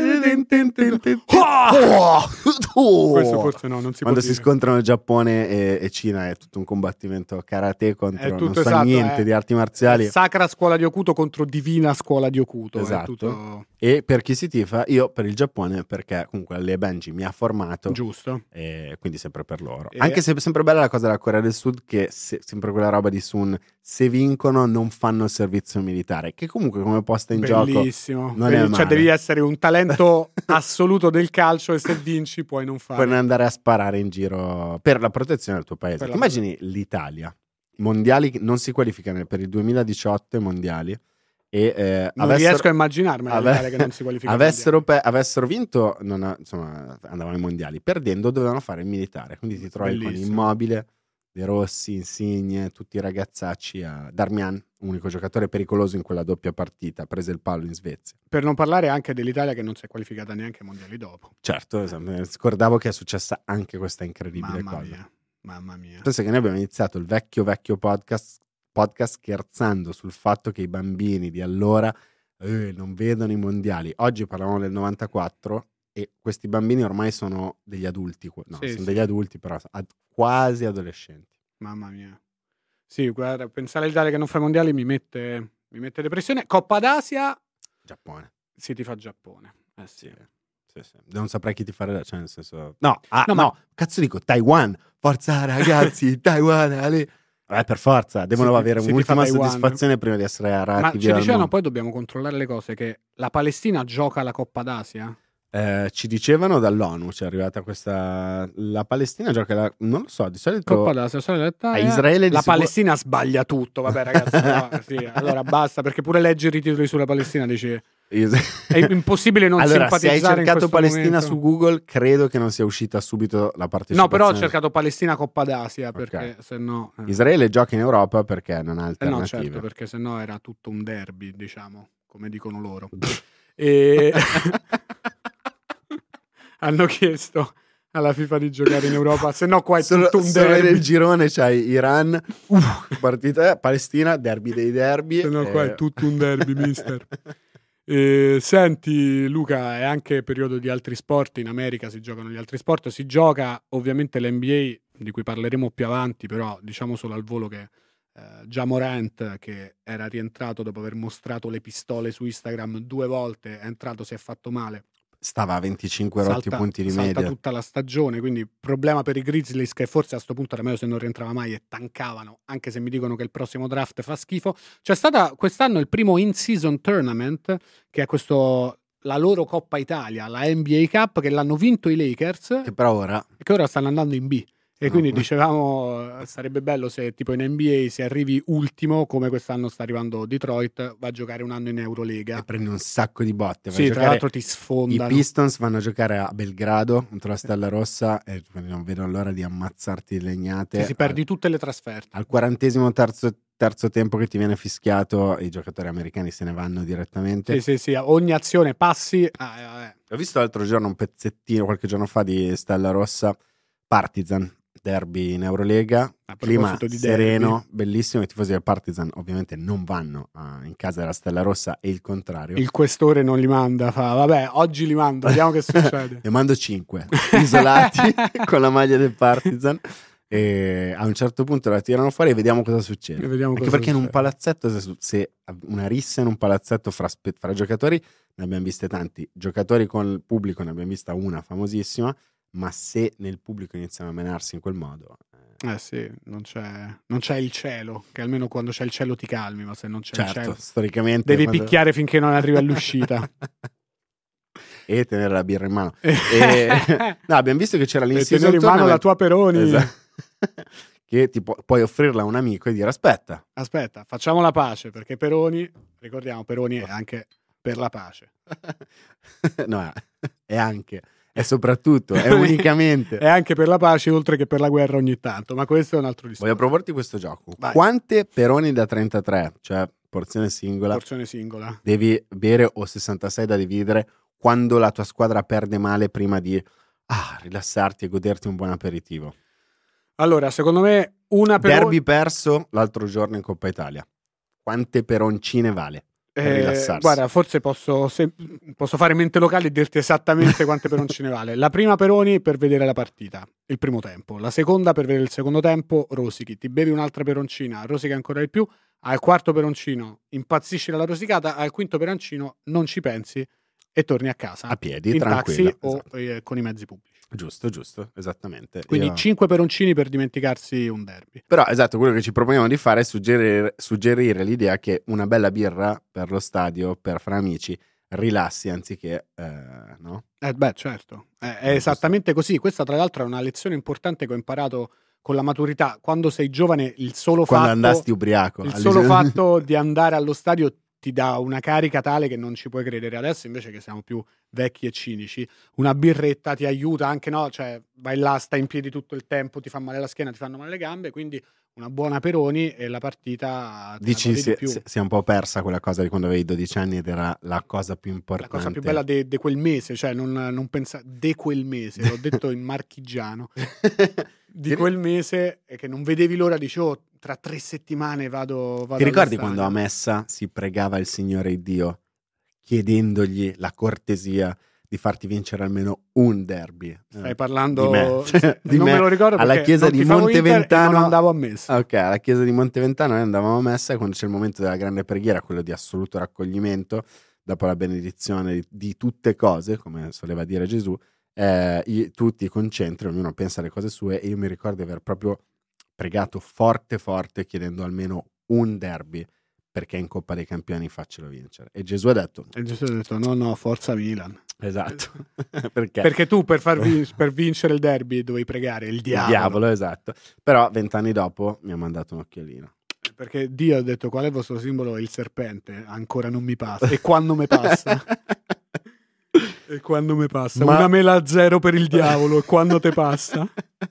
Questo forse no, non si Quando può si dire. scontrano Giappone e Cina è tutto un combattimento karate contro non so esatto, niente di arti marziali. Sacra scuola di Okuto contro divina scuola di Okuto. Esatto. È tutto... E per chi si tifa, io per il Giappone perché comunque Le Benji mi ha formato. Giusto. E quindi sempre per loro. Anche se è sempre bella la cosa della Corea del Sud, che sempre quella roba di Sun, se vincono non fanno il servizio militare, che comunque come posta in bellissimo. gioco non è male. Cioè devi essere un talento assoluto del calcio e se vinci puoi non fare. Puoi andare a sparare in giro per la protezione del tuo paese. Immagini l'Italia, i mondiali non si qualificano per il 2018 mondiali e non riesco a immaginarmi l'Italia che non si qualifica. avessero vinto, insomma, andavano ai mondiali, perdendo dovevano fare il militare, quindi ti trovi con Immobile, De Rossi, Insigne, tutti i ragazzacci, Darmian, unico giocatore pericoloso in quella doppia partita, prese il palo in Svezia. Per non parlare anche dell'Italia che non si è qualificata neanche ai mondiali dopo. Certo, scordavo che è successa anche questa incredibile cosa. Mamma mia. Penso che noi abbiamo iniziato il vecchio podcast scherzando sul fatto che i bambini di allora non vedono i mondiali. Oggi parlavamo del 94 e questi bambini ormai sono degli adulti, degli adulti però quasi adolescenti. Mamma mia. Sì, guarda, pensare all'Italia che non fa i mondiali mi mette depressione. Coppa d'Asia, Giappone. Sì, ti fa Giappone. Sì. Non saprei chi ti fare, cioè nel senso no, cazzo dico Taiwan, forza ragazzi, Taiwan, Ale. Per forza, devono avere un'ultima soddisfazione prima di essere arati. Ma ci dicevano, poi dobbiamo controllare le cose, che la Palestina gioca la Coppa d'Asia? Ci dicevano dall'ONU, c'è arrivata questa... La Palestina gioca non lo so, di solito... Coppa d'Asia, a Israele la Palestina sbaglia tutto, vabbè ragazzi, no, sì, allora basta, perché pure leggere i titoli sulla Palestina dici... È impossibile non simpatizzare. Se hai cercato Palestina momento. Su Google, credo che non sia uscita subito la partecipazione. No, però ho cercato Palestina Coppa d'Asia, perché se no... Israele gioca in Europa perché non ha alternative. No, certo, perché se no era tutto un derby, diciamo, come dicono loro. E... hanno chiesto alla FIFA di giocare in Europa, se no qua è tutto un derby. Nel girone c'hai Iran, partita Palestina, derby dei derby. Se no qua è tutto un derby, mister. Senti Luca, è anche periodo di altri sport, in America si giocano gli altri sport, si gioca ovviamente l'NBA di cui parleremo più avanti, però diciamo solo al volo che Ja Morant, che era rientrato dopo aver mostrato le pistole su Instagram 2 volte, è entrato, si è fatto male, stava a 25 rotti punti di media, salta tutta la stagione, quindi problema per i Grizzlies, che forse a sto punto era meglio se non rientrava mai e tankavano, anche se mi dicono che il prossimo draft fa schifo. C'è stata quest'anno il primo in-season tournament, che è la loro Coppa Italia, la NBA Cup, che l'hanno vinto i Lakers, che ora stanno andando in B. E quindi dicevamo, sarebbe bello se tipo in NBA se arrivi ultimo, come quest'anno sta arrivando Detroit, va a giocare un anno in Eurolega. E prendi un sacco di botte. Sì, tra l'altro ti sfondano. I Pistons vanno a giocare a Belgrado contro la Stella Rossa e non vedono l'ora di ammazzarti legnate. Si perdi tutte le trasferte. Al 40esimo terzo tempo che ti viene fischiato, i giocatori americani se ne vanno direttamente. Sì, ogni azione passi. Ho visto l'altro giorno un pezzettino, qualche giorno fa, di Stella Rossa, Partizan. Derby in Eurolega, clima sereno, derby. Bellissimo. I tifosi del Partizan ovviamente non vanno in casa della Stella Rossa e il contrario. Il questore non li manda, vabbè, oggi li mando, vediamo che succede. Ne mando 5 isolati con la maglia del Partizan e a un certo punto la tirano fuori e vediamo cosa succede. Anche perché in un palazzetto, se una rissa in un palazzetto fra giocatori, ne abbiamo viste tanti. Giocatori con il pubblico ne abbiamo vista una famosissima. Ma se nel pubblico iniziano a menarsi in quel modo... sì, non c'è il cielo, che almeno quando c'è il cielo ti calmi, ma se non c'è il cielo... storicamente... Devi picchiare finché non arrivi all'uscita. E tenere la birra in mano. No, abbiamo visto che c'era l'inseason tenere in mano la tua Peroni. Esatto. Che puoi offrirla a un amico e dire aspetta, facciamo la pace, perché Peroni, ricordiamo, Peroni è anche per la pace. No, è anche... è soprattutto, è unicamente. È anche per la pace oltre che per la guerra ogni tanto, ma questo è un altro discorso. Voglio proporti questo gioco. Vai. Quante peroni da 33, cioè porzione singola, devi bere, o 66 da dividere, quando la tua squadra perde male, prima di rilassarti e goderti un buon aperitivo? Allora, secondo me una perone... Derby perso l'altro giorno in Coppa Italia. Quante peroncine vale? Guarda, forse posso fare mente locale e dirti esattamente quante peroncine vale. La prima peroni per vedere la partita, il primo tempo. La seconda per vedere il secondo tempo, rosichi. Ti bevi un'altra peroncina, rosichi ancora di più. Al quarto peroncino impazzisci dalla rosicata. Al quinto peroncino non ci pensi e torni a casa. A piedi, in tranquillo. taxi o con i mezzi pubblici. Giusto, esattamente. Quindi 5 peroncini per dimenticarsi un derby. Però esatto, quello che ci proponiamo di fare è suggerire l'idea che una bella birra per lo stadio, per fra amici, rilassi anziché no? Certo, è esattamente così. Questa tra l'altro è una lezione importante che ho imparato con la maturità. Quando sei giovane, quando andasti ubriaco, il solo fatto di andare allo stadio ti dà una carica tale che non ci puoi credere. Adesso invece che siamo più vecchi e cinici, una birretta ti aiuta anche, no? Cioè vai là, stai in piedi tutto il tempo, ti fa male la schiena, ti fanno male le gambe, quindi una buona peroni e la partita dici si è un po' persa quella cosa di quando avevi 12 anni ed era la cosa più importante, la cosa più bella di quel mese, cioè non pensa de quel mese, l'ho detto in marchigiano di quel mese, che non vedevi l'ora, dicevo tra 3 settimane vado ti ricordi quando a messa si pregava il Signore Dio chiedendogli la cortesia di farti vincere almeno un derby? Stai parlando di me. Di non me. me lo ricordo alla chiesa di Monteventano non andavo a messa. Ok, alla chiesa di Monteventano noi andavamo a messa, e quando c'è il momento della grande preghiera, quello di assoluto raccoglimento dopo la benedizione di tutte cose, come soleva dire Gesù, tu ti concentri, ognuno pensa alle cose sue, e io mi ricordo di aver proprio pregato forte chiedendo almeno un derby, perché in Coppa dei Campioni faccelo vincere. E Gesù ha detto no, forza Milan. Esatto. Perché tu per vincere il derby dovevi pregare il diavolo. Il diavolo, esatto. Però 20 anni dopo mi ha mandato un occhiolino. Perché Dio ha detto: qual è il vostro simbolo? Il serpente. Ancora non mi passa. E quando mi passa? E quando mi passa? Una mela a 0 per il diavolo. E quando te passa?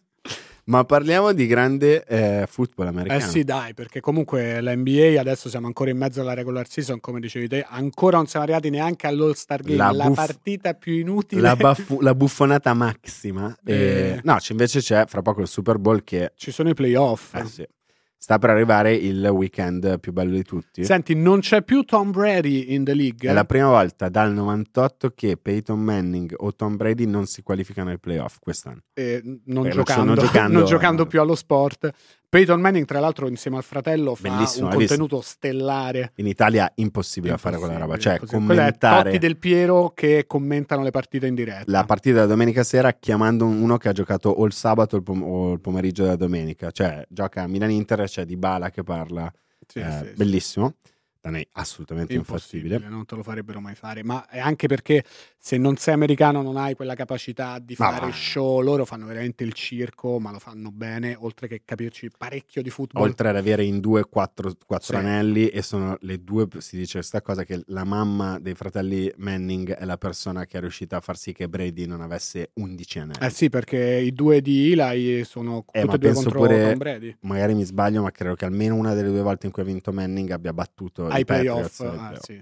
Ma parliamo di grande football americano. Sì, dai, perché comunque l'NBA adesso siamo ancora in mezzo alla regular season, come dicevi te, ancora non siamo arrivati neanche all'All-Star Game, la partita più inutile. La buffonata massima. No, invece c'è fra poco il Super Bowl, che ci sono i playoff. Sì. Sta per arrivare il weekend più bello di tutti. Senti, non c'è più Tom Brady in the league. È la prima volta dal 98 che Peyton Manning o Tom Brady non si qualificano ai playoff quest'anno. Non giocando più allo sport. Peyton Manning, tra l'altro, insieme al fratello fa un contenuto stellare. In Italia impossibile fare quella roba. Cioè, commentare Totti Del Piero che commentano le partite in diretta. La partita della domenica sera chiamando uno che ha giocato o il sabato o il pomeriggio della domenica. Cioè, gioca a Milan-Inter e c'è Dybala che parla. Bellissimo. Da noi assolutamente infattibile. Non te lo farebbero mai fare, ma è anche perché se non sei americano non hai quella capacità di fare show. Loro fanno veramente il circo, ma lo fanno bene, oltre che capirci parecchio di football. Oltre ad avere in 2 4 anelli, e sono le due, si dice questa cosa, che la mamma dei fratelli Manning è la persona che è riuscita a far sì che Brady non avesse 11 anelli. Sì, perché i 2 di Eli sono tutti e 2 contro Tom Brady. Magari mi sbaglio, ma credo che almeno una delle 2 volte in cui ha vinto Manning abbia battuto ai playoff. Sì.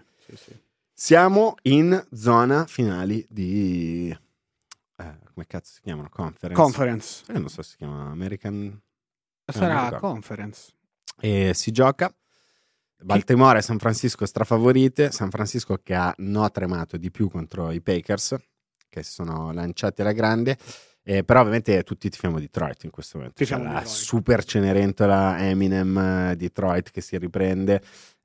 Siamo in zona finali di come cazzo si chiamano? Conference. Non so se si chiama American. Sarà Conference. E si gioca Baltimore e San Francisco strafavorite. San Francisco che ha tremato di più contro i Packers, che si sono lanciati alla grande. Però ovviamente tutti tifiamo Detroit in questo momento. La super Cenerentola Eminem Detroit che si riprende.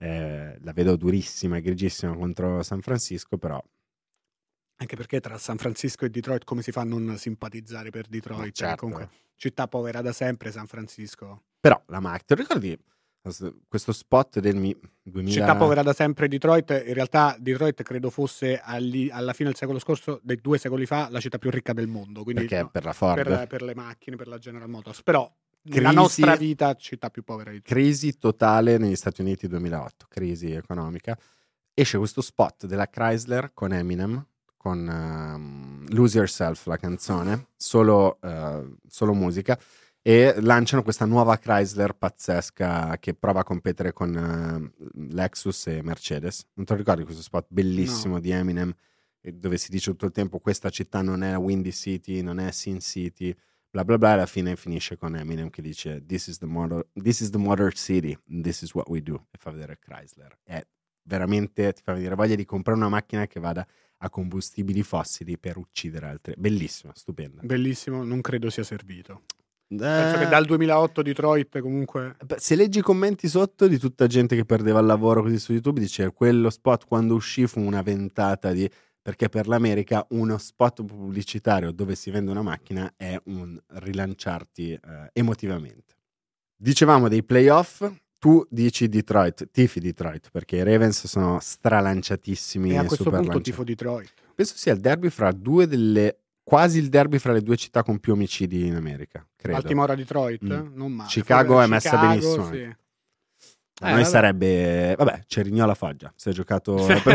La vedo durissima e grigissima contro San Francisco, però anche perché tra San Francisco e Detroit come si fa a non simpatizzare per Detroit? Certo. Comunque città povera da sempre San Francisco. Però la macchina, ricordi questo spot del 2000? Città povera da sempre Detroit, in realtà Detroit credo fosse alla fine del secolo scorso, dei 2 secoli fa, la città più ricca del mondo. Quindi, perché per la Ford? Per le macchine, per la General Motors. Però nella nostra vita città più povera di Detroit. Crisi totale negli Stati Uniti 2008, crisi economica. Esce questo spot della Chrysler con Eminem, con Lose Yourself, la canzone, solo musica, e lanciano questa nuova Chrysler pazzesca che prova a competere con Lexus e Mercedes. Non te lo ricordi questo spot bellissimo di Eminem, dove si dice tutto il tempo questa città non è Windy City, non è Sin City, bla bla bla, e alla fine finisce con Eminem che dice this is the Motor City, this is what we do, e fa vedere Chrysler. È veramente, ti fa vedere voglia di comprare una macchina che vada a combustibili fossili per uccidere altre. Bellissimo, stupendo. Bellissimo, non credo sia servito. Penso che dal 2008 Detroit comunque... Se leggi i commenti sotto di tutta gente che perdeva il lavoro così su YouTube, dice quello spot quando uscì fu una ventata di... perché per l'America uno spot pubblicitario dove si vende una macchina è un rilanciarti emotivamente. Dicevamo dei playoff, tu dici Detroit, tifi Detroit, perché i Ravens sono stralanciatissimi. E a questo punto tifo Detroit. Penso sia il derby fra quasi il derby fra le due città con più omicidi in America, credo. Baltimora Detroit, non male. Chicago è messa benissimo. Sì. A noi sarebbe, vabbè, Cerignola Foggia, si è giocato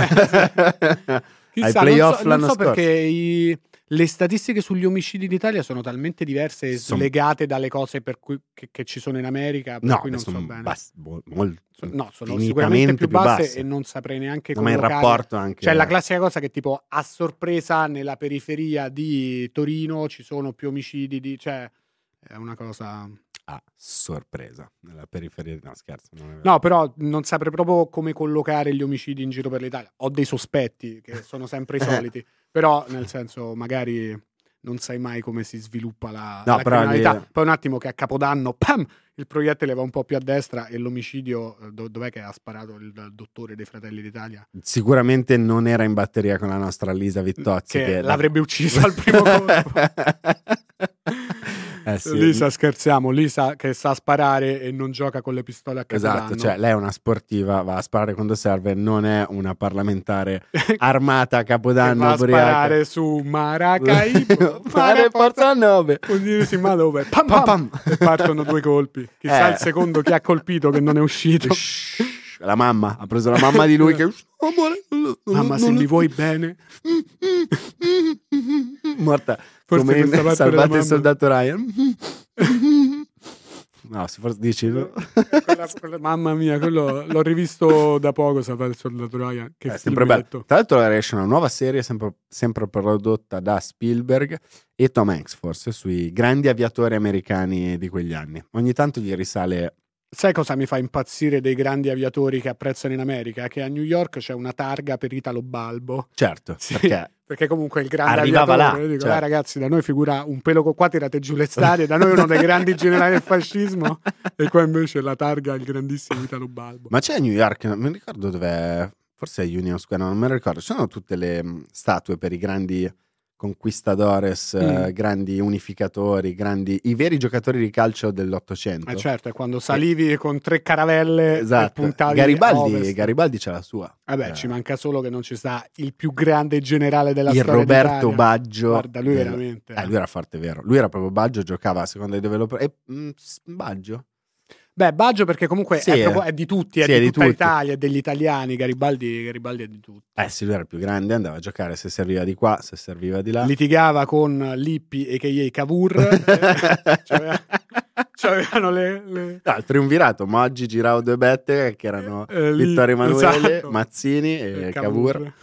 Chissà, ai playoff non l'anno so scorso. perché le statistiche sugli omicidi d'Italia sono talmente diverse e slegate dalle cose per cui, che ci sono in America, per cui non so bene. Sono sicuramente più basse e non saprei neanche come il rapporto anche. Cioè la classica cosa che tipo a sorpresa nella periferia di Torino ci sono più omicidi cioè è una cosa a sorpresa nella periferia, no scherzo, non è vero. No, però non saprei proprio come collocare gli omicidi in giro per l'Italia. Ho dei sospetti che sono sempre i soliti, però nel senso magari non sai mai come si sviluppa la criminalità. Poi un attimo che a Capodanno pam, il proiettile va un po' più a destra e l'omicidio dov'è che ha sparato il dottore dei Fratelli d'Italia? Sicuramente non era in batteria con la nostra Lisa Vittozzi che l'avrebbe uccisa al primo colpo. Sì. Lisa, scherziamo, Lisa che sa sparare e non gioca con le pistole a Capodanno. Esatto, cioè lei è una sportiva, va a sparare quando serve, non è una parlamentare armata a Capodanno. Va a sparare su Maracaibo, Mare Forza 9. Ma dove? Pam, pam, pam. E partono due colpi. Chissà il secondo chi ha colpito che non è uscito. La mamma, ha preso la mamma di lui che... Mamma, se mi vuoi bene. Morta. Forse come in Salvate il soldato Ryan. No, se forse dici mamma mia, quello l'ho rivisto da poco, Salvate il soldato Ryan, che sempre bello. Tra l'altro esce una nuova serie sempre prodotta da Spielberg e Tom Hanks, forse, sui grandi aviatori americani di quegli anni. Ogni tanto gli risale. Sai cosa mi fa impazzire dei grandi aviatori che apprezzano in America? Che a New York c'è una targa per Italo Balbo. Certo, sì, perché comunque il grande arrivava aviatore, là. Dico, certo. Ragazzi, da noi figura un pelo qua, tirate giù le starie, da noi uno dei grandi generali del fascismo, e qua invece la targa il grandissimo Italo Balbo. Ma c'è a New York, non mi ricordo dov'è, forse è Union Square, non me lo ricordo, ci sono tutte le statue per i grandi conquistadores, grandi unificatori, i veri giocatori di calcio dell'Ottocento. Certo, è quando salivi con 3 caravelle e puntavi Garibaldi c'ha la sua. Vabbè, ci manca solo che non ci sta il più grande generale della storia Roberto d'Italia. Baggio. Guarda, lui veramente. Lui era forte, vero. Lui era proprio Baggio, giocava a seconda di dove lo... Baggio? Beh, Baggio perché comunque è di tutti, è di tutta l'Italia, è degli italiani. Garibaldi è di tutti. Sì, lui era il più grande, andava a giocare se serviva di qua, se serviva di là. Litigava con Lippi a.k.a. Cavour. C'avevano le... No, il triumvirato, Moggi, Girao, Due Bette, che erano Vittorio Emanuele, esatto. Mazzini e Cavour.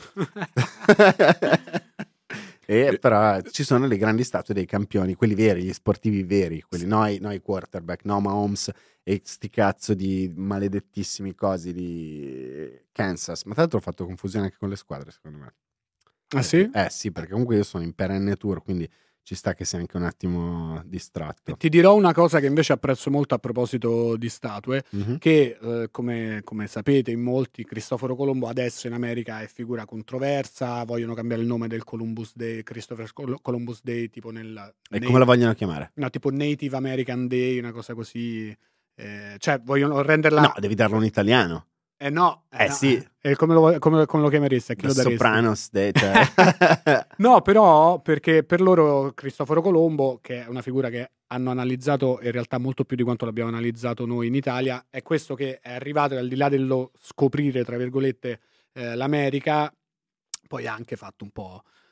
E però ci sono le grandi statue dei campioni, quelli veri, gli sportivi veri, quelli noi quarterback, no Mahomes e sti cazzo di maledettissimi cosi di Kansas. Ma tra l'altro ho fatto confusione anche con le squadre, secondo me. Ah sì? Sì, perché comunque io sono in perenne tour, quindi ci sta che sia anche un attimo distratto. Ti dirò una cosa che invece apprezzo molto a proposito di statue, che come sapete in molti, Cristoforo Colombo adesso in America è figura controversa, vogliono cambiare il nome del Columbus Day, Christopher Columbus Day, tipo come la vogliono chiamare? No, tipo Native American Day, una cosa così, cioè vogliono renderla... No, devi darlo in italiano. No. Sì. Come lo chiameresti? A chi lo daresti? Sopranos Day, cioè. No, però perché per loro Cristoforo Colombo, che è una figura che hanno analizzato in realtà molto più di quanto l'abbiamo analizzato noi in Italia, è questo che è arrivato e al di là dello scoprire, tra virgolette, l'America, poi ha anche fatto un po'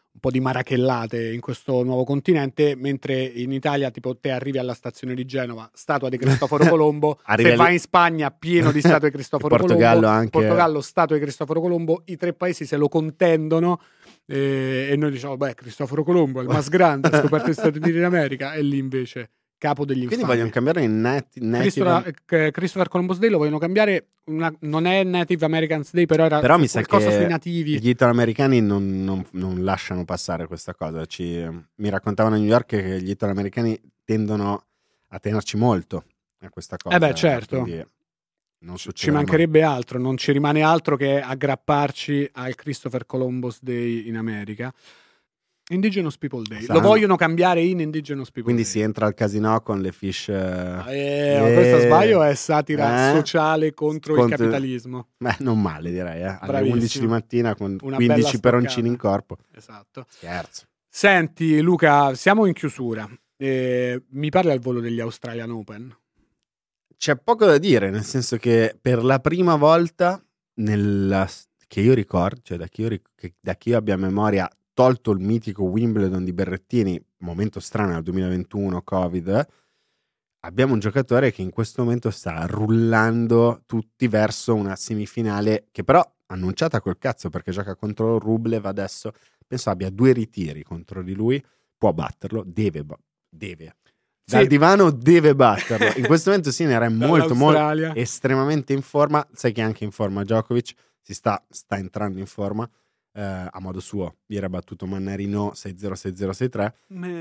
un po' di marachellate in questo nuovo continente, mentre in Italia tipo te arrivi alla stazione di Genova, statua di Cristoforo Colombo, se vai in Spagna pieno di statue di Cristoforo Colombo, anche... Portogallo statue di Cristoforo Colombo, i tre paesi se lo contendono e noi diciamo Cristoforo Colombo è il mas grande, ha scoperto gli Stati Uniti d'America, e lì invece capo degli infami. Quindi vogliono cambiare in Christopher Columbus Day lo vogliono cambiare, non è Native Americans Day, però era mi sa qualcosa che sui nativi. Gli italoamericani non lasciano passare questa cosa. Mi raccontavano a New York che gli italoamericani tendono a tenerci molto a questa cosa. Certo. Non ci mancherebbe altro, non ci rimane altro che aggrapparci al Christopher Columbus Day in America. Indigenous People Day. Lo vogliono cambiare in Indigenous People Quindi Day. Si entra al casino con le fish. Questo sbaglio è satira sociale contro il capitalismo. Non male, direi. Alle Bravissimo. 11 di mattina con Una 15 peroncini in corpo. Esatto. Scherzo. Senti, Luca, siamo in chiusura. Mi parli al volo degli Australian Open? C'è poco da dire, nel senso che per la prima volta che io ricordo, cioè da chi io abbia memoria, tolto il mitico Wimbledon di Berrettini, momento strano nel 2021, Covid, abbiamo un giocatore che in questo momento sta rullando tutti verso una semifinale che però annunciata col cazzo, perché gioca contro Rublev adesso, penso abbia 2 ritiri contro di lui, può batterlo, deve. Dal divano deve batterlo. In questo momento Sinner è molto estremamente in forma. Sai che è anche in forma Djokovic, sta entrando in forma. A modo suo, ieri ha battuto Mannarino 6-0, 6-0,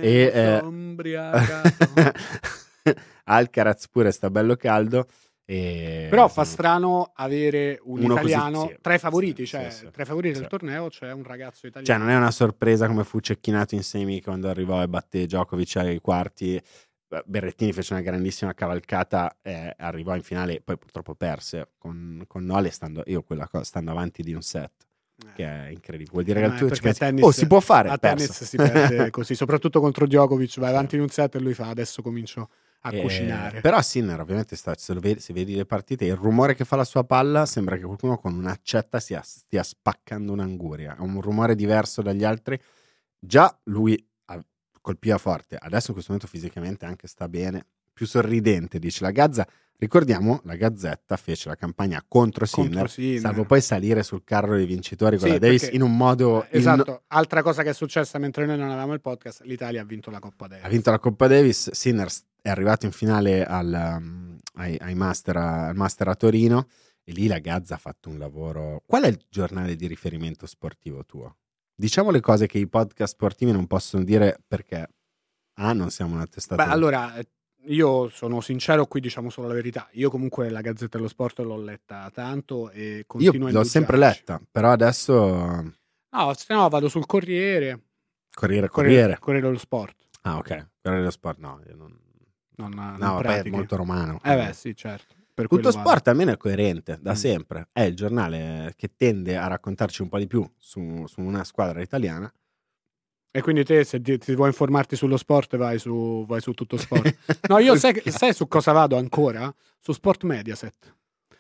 6-3 Alcaraz pure sta bello caldo, però fa strano avere un italiano così, tra i favoriti, tra i favoriti del torneo c'è un ragazzo italiano, cioè non è una sorpresa come fu cecchinato in semi quando arrivò e batté Djokovic ai quarti. Berrettini fece una grandissima cavalcata, arrivò in finale, poi purtroppo perse con Nole stando avanti di un set, che è incredibile. Vuol dire che tennis, si può fare. A tennis si perde così, soprattutto contro Djokovic, vai avanti in un set e lui fa adesso comincio a cucinare. Però Sinner ovviamente se vedi le partite, il rumore che fa la sua palla sembra che qualcuno con un'accetta stia spaccando un'anguria, è un rumore diverso dagli altri. Già lui colpiva forte, adesso in questo momento fisicamente anche sta bene, più sorridente, dice la Gazza. Ricordiamo, la Gazzetta fece la campagna contro Sinner, salvo poi salire sul carro dei vincitori con la Davis in un modo... Esatto, altra cosa che è successa mentre noi non avevamo il podcast, l'Italia ha vinto la Coppa Davis. Ha vinto la Coppa Davis, Sinner è arrivato in finale al Master a Torino, e lì la Gazza ha fatto un lavoro... Qual è il giornale di riferimento sportivo tuo? Diciamo le cose che i podcast sportivi non possono dire perché non siamo una testata. Allora... Io sono sincero, qui diciamo solo la verità. Io comunque la Gazzetta dello Sport l'ho letta tanto e continuo a l'ho sempre letta, però adesso... No, vado sul Corriere. Corriere dello Sport. Ah, ok. Corriere dello Sport, no. Io non vabbè, è molto romano. Sì, certo. Tutto Sport almeno è coerente, da sempre. È il giornale che tende a raccontarci un po' di più su una squadra italiana. E quindi te, se ti vuoi informarti sullo sport, vai su Tutto Sport. No, io sai su cosa vado ancora? Su Sport Mediaset.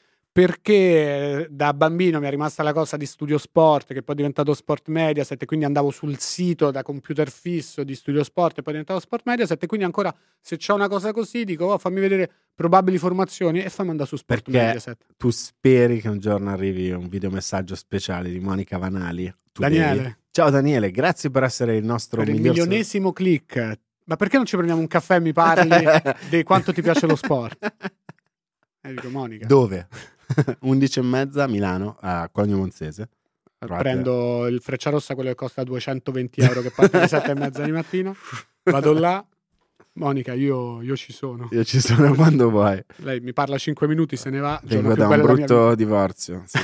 Perché da bambino mi è rimasta la cosa di Studio Sport, che poi è diventato Sport Mediaset, e quindi andavo sul sito da computer fisso di Studio Sport e poi è diventato Sport Mediaset, e quindi ancora se c'è una cosa così dico fammi vedere probabili formazioni e fammi andare su Sport Mediaset. Tu speri che un giorno arrivi un videomessaggio speciale di Monica Vanali. Dico, ciao Daniele, grazie per essere il nostro il milionesimo click. Ma perché non ci prendiamo un caffè e mi parli di quanto ti piace lo sport? Dico, Monica. Dove? 11:30 Milano, a Cologno Monzese. Prendo il Frecciarossa, quello che costa 220 euro, che parte alle 7:30 di mattina. Vado là. Monica, io ci sono. Io ci sono quando vuoi. Lei mi parla 5 minuti, se ne va. Vengo da un brutto divorzio. Sì.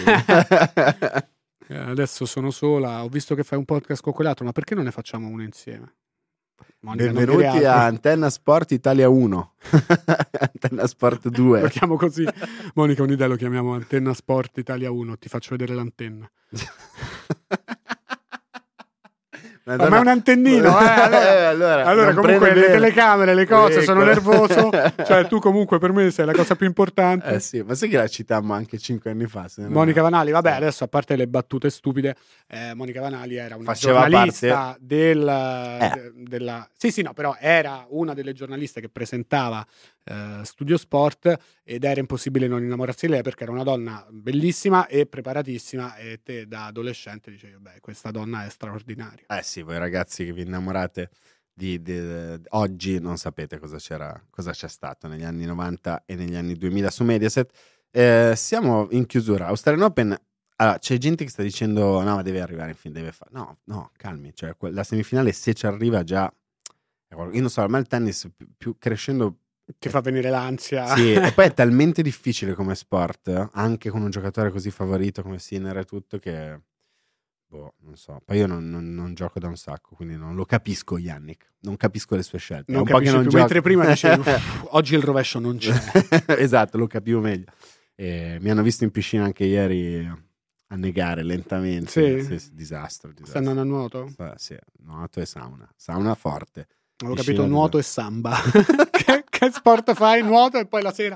Adesso sono sola. Ho visto che fai un podcast con quell'altro, ma perché non ne facciamo uno insieme? Monica, benvenuti a Antenna Sport Italia 1. Antenna Sport 2. Lo chiamo così. Monica, un'idea, lo chiamiamo Antenna Sport Italia 1. Ti faccio vedere l'antenna. Ma è un antennino, allora comunque le telecamere, le cose, sono nervoso. Cioè, tu comunque per me sei la cosa più importante. Sì, ma sai che la citammo anche 5 anni fa? Monica Vanali, vabbè, adesso a parte le battute stupide, Monica Vanali era una giornalista della... Sì, no, però era una delle giornaliste che presentava Studio Sport, ed era impossibile non innamorarsi di lei perché era una donna bellissima e preparatissima, e te da adolescente dicevi, beh, questa donna è straordinaria. Sì, voi ragazzi che vi innamorate di oggi non sapete cosa c'è stato negli anni 90 e negli anni 2000 su Mediaset. Siamo in chiusura. Australian Open, allora, c'è gente che sta dicendo no, ma deve arrivare in fine, deve fare. No, calmi, cioè la semifinale, se ci arriva già, io non so, a me il tennis più crescendo ti fa venire l'ansia. Sì, e poi è talmente difficile come sport, anche con un giocatore così favorito come Sinner e tutto, che non so. Poi io non gioco da un sacco, quindi non lo capisco Yannick, non capisco le sue scelte. Non un po' che non più, mentre prima dicevo oggi il rovescio non c'è. Esatto, lo capivo meglio. Mi hanno visto in piscina anche ieri a negare lentamente. Sì, disastro. Stai andando a nuoto? Sì, nuoto e sauna forte. Avevo capito nuoto e samba. che sport fai? Nuoto e poi la sera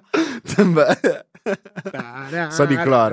so di cloro.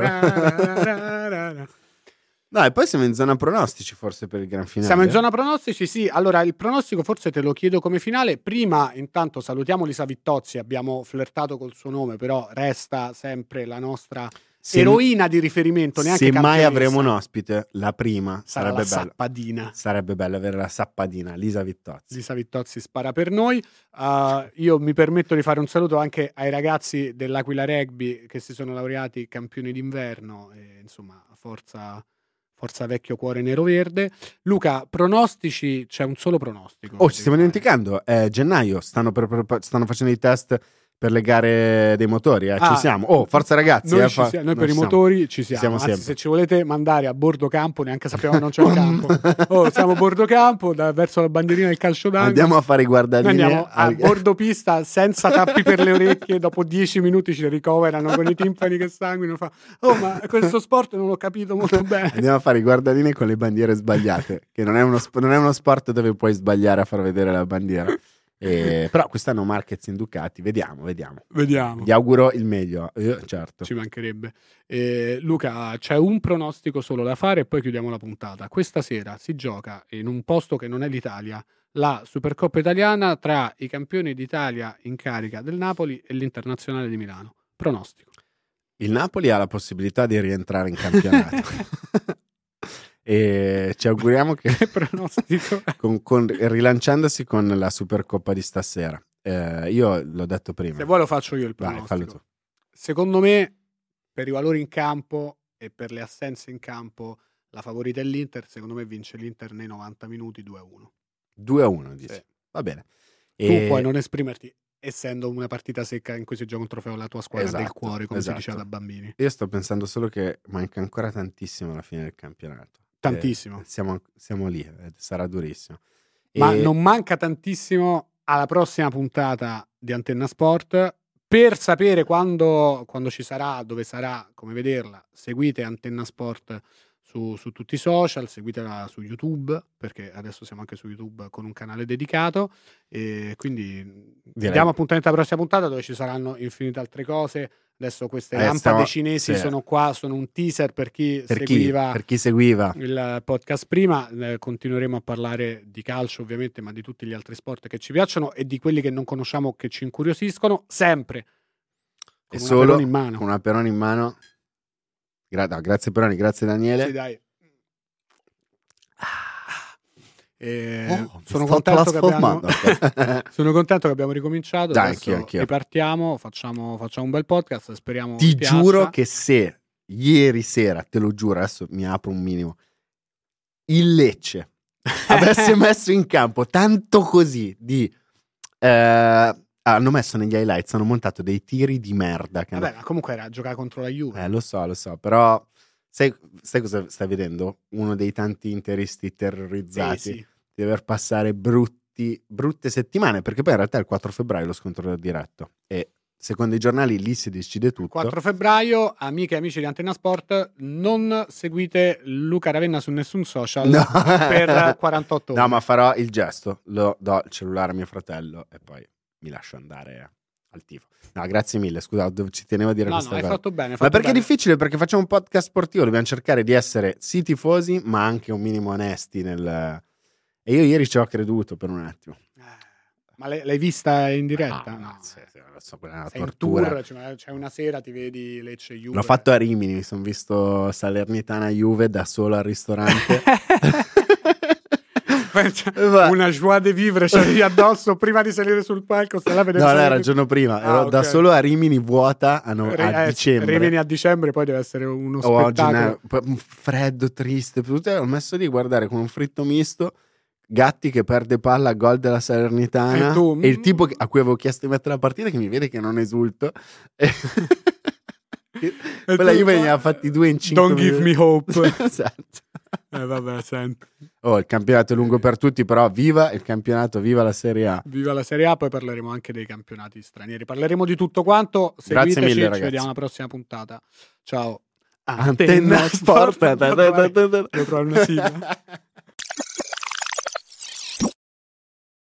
No, e poi siamo in zona pronostici forse per il gran finale. Siamo in zona pronostici, sì. Allora, il pronostico forse te lo chiedo come finale. Prima, intanto, salutiamo Lisa Vittozzi. Abbiamo flirtato col suo nome, però resta sempre la nostra eroina di riferimento. Neanche se mai avremo un ospite, la prima sarebbe bella. Sappadina. Sarebbe bello avere la sappadina, Lisa Vittozzi. Lisa Vittozzi spara per noi. Io mi permetto di fare un saluto anche ai ragazzi dell'Aquila Rugby che si sono laureati campioni d'inverno. E, insomma, forza vecchio cuore nero-verde. Luca, pronostici, c'è un solo pronostico. Ci stiamo dimenticando, gennaio stanno facendo i test per le gare dei motori, ci siamo. Forza ragazzi. Noi per i motori ci siamo. Anzi, se ci volete mandare a bordo campo, neanche sappiamo che non c'è un campo. Siamo a bordo campo, verso la bandierina del calcio d'angolo. Andiamo a fare i guardalini. Andiamo a bordo pista senza tappi per le orecchie. Dopo 10 minuti ci ricoverano con i timpani che sanguinano. Ma questo sport non l'ho capito molto bene. Andiamo a fare i guardalini con le bandiere sbagliate, che non è uno sport dove puoi sbagliare a far vedere la bandiera. Però quest'anno Marquez in Ducati, vediamo. Gli auguro il meglio, certo. Ci mancherebbe. Luca, c'è un pronostico solo da fare e poi chiudiamo la puntata. Questa sera si gioca in un posto che non è l'Italia la Supercoppa italiana tra i campioni d'Italia in carica del Napoli e l'Internazionale di Milano. Pronostico. Il Napoli ha la possibilità di rientrare in campionato. E ci auguriamo che rilanciandosi con la Supercoppa di stasera. Io l'ho detto prima. Se vuoi lo faccio io il pronostico. Vai, fallo tu. Secondo me, per i valori in campo e per le assenze in campo, la favorita è l'Inter. Secondo me vince l'Inter nei 90 minuti 2-1. 2-1 dici? Sì. Va bene. Tu puoi non esprimerti, essendo una partita secca in cui si gioca un trofeo alla tua squadra del cuore, come si diceva da bambini. Io sto pensando solo che manca ancora tantissimo alla fine del campionato. Tantissimo. Siamo lì, sarà durissimo. Ma non manca tantissimo alla prossima puntata di Antenna Sport. Per sapere quando ci sarà, dove sarà, come vederla, seguite Antenna Sport su tutti i social, seguitela su YouTube, perché adesso siamo anche su YouTube con un canale dedicato, e quindi diamo appuntamento alla prossima puntata dove ci saranno infinite altre cose. Adesso queste lampade cinesi sono qua, sono un teaser per chi seguiva il podcast prima. Continueremo a parlare di calcio ovviamente, ma di tutti gli altri sport che ci piacciono e di quelli che non conosciamo, che ci incuriosiscono, sempre con una perona in mano. Con una perona in mano. Grazie Peroni, grazie Daniele. Sì, dai. Sono contento che abbiamo ricominciato. Dai, adesso anch'io. Ripartiamo, facciamo un bel podcast, speriamo ti giuro che se ieri sera, te lo giuro, adesso mi apro un minimo, il Lecce avesse messo in campo tanto così di hanno messo negli highlights, hanno montato dei tiri di merda che ma comunque era a giocare contro la Juve. Lo so, però sai cosa stai vedendo? Uno dei tanti interisti terrorizzati sì. Di aver passare brutte settimane, perché poi in realtà è il 4 febbraio lo scontro diretto e secondo i giornali lì si decide tutto. 4 febbraio, amiche e amici di Antenna Sport, non seguite Luca Ravenna su nessun social per 48 ore. No, ma farò il gesto, lo do il cellulare a mio fratello e poi mi lascio andare al tifo. No, grazie mille, scusa, ci tenevo a dire questa cosa. No, hai fatto bene. Ma perché è difficile? Perché facciamo un podcast sportivo, dobbiamo cercare di essere sì tifosi, ma anche un minimo onesti nel... E io ieri ci ho creduto per un attimo. Ma l'hai vista in diretta? No. So, quella è una sei in tortura. tour, cioè una sera ti vedi Lecce Juve. L'ho fatto a Rimini, mi sono visto Salernitana Juve da solo al ristorante. Una joie de vivre c'avevi addosso prima di salire sul palco. No, era il giorno prima, ero da solo a Rimini vuota a dicembre. Rimini a dicembre poi deve essere uno spettacolo. Freddo, triste, ho messo lì a guardare con un fritto misto Gatti che perde palla, gol della Salernitana e il tipo a cui avevo chiesto di mettere la partita che mi vede che non esulto quella Juve ne ha fatti 2 in 5 Don't give me hope. Esatto. Vabbè, senti. Il campionato è lungo per tutti, però viva il campionato, viva la Serie A. Viva la Serie A, poi parleremo anche dei campionati stranieri. Parleremo di tutto quanto. Grazie mille, ragazzi. Ci vediamo alla prossima puntata. Ciao. Antenna Sport. Devo trovare una sigla.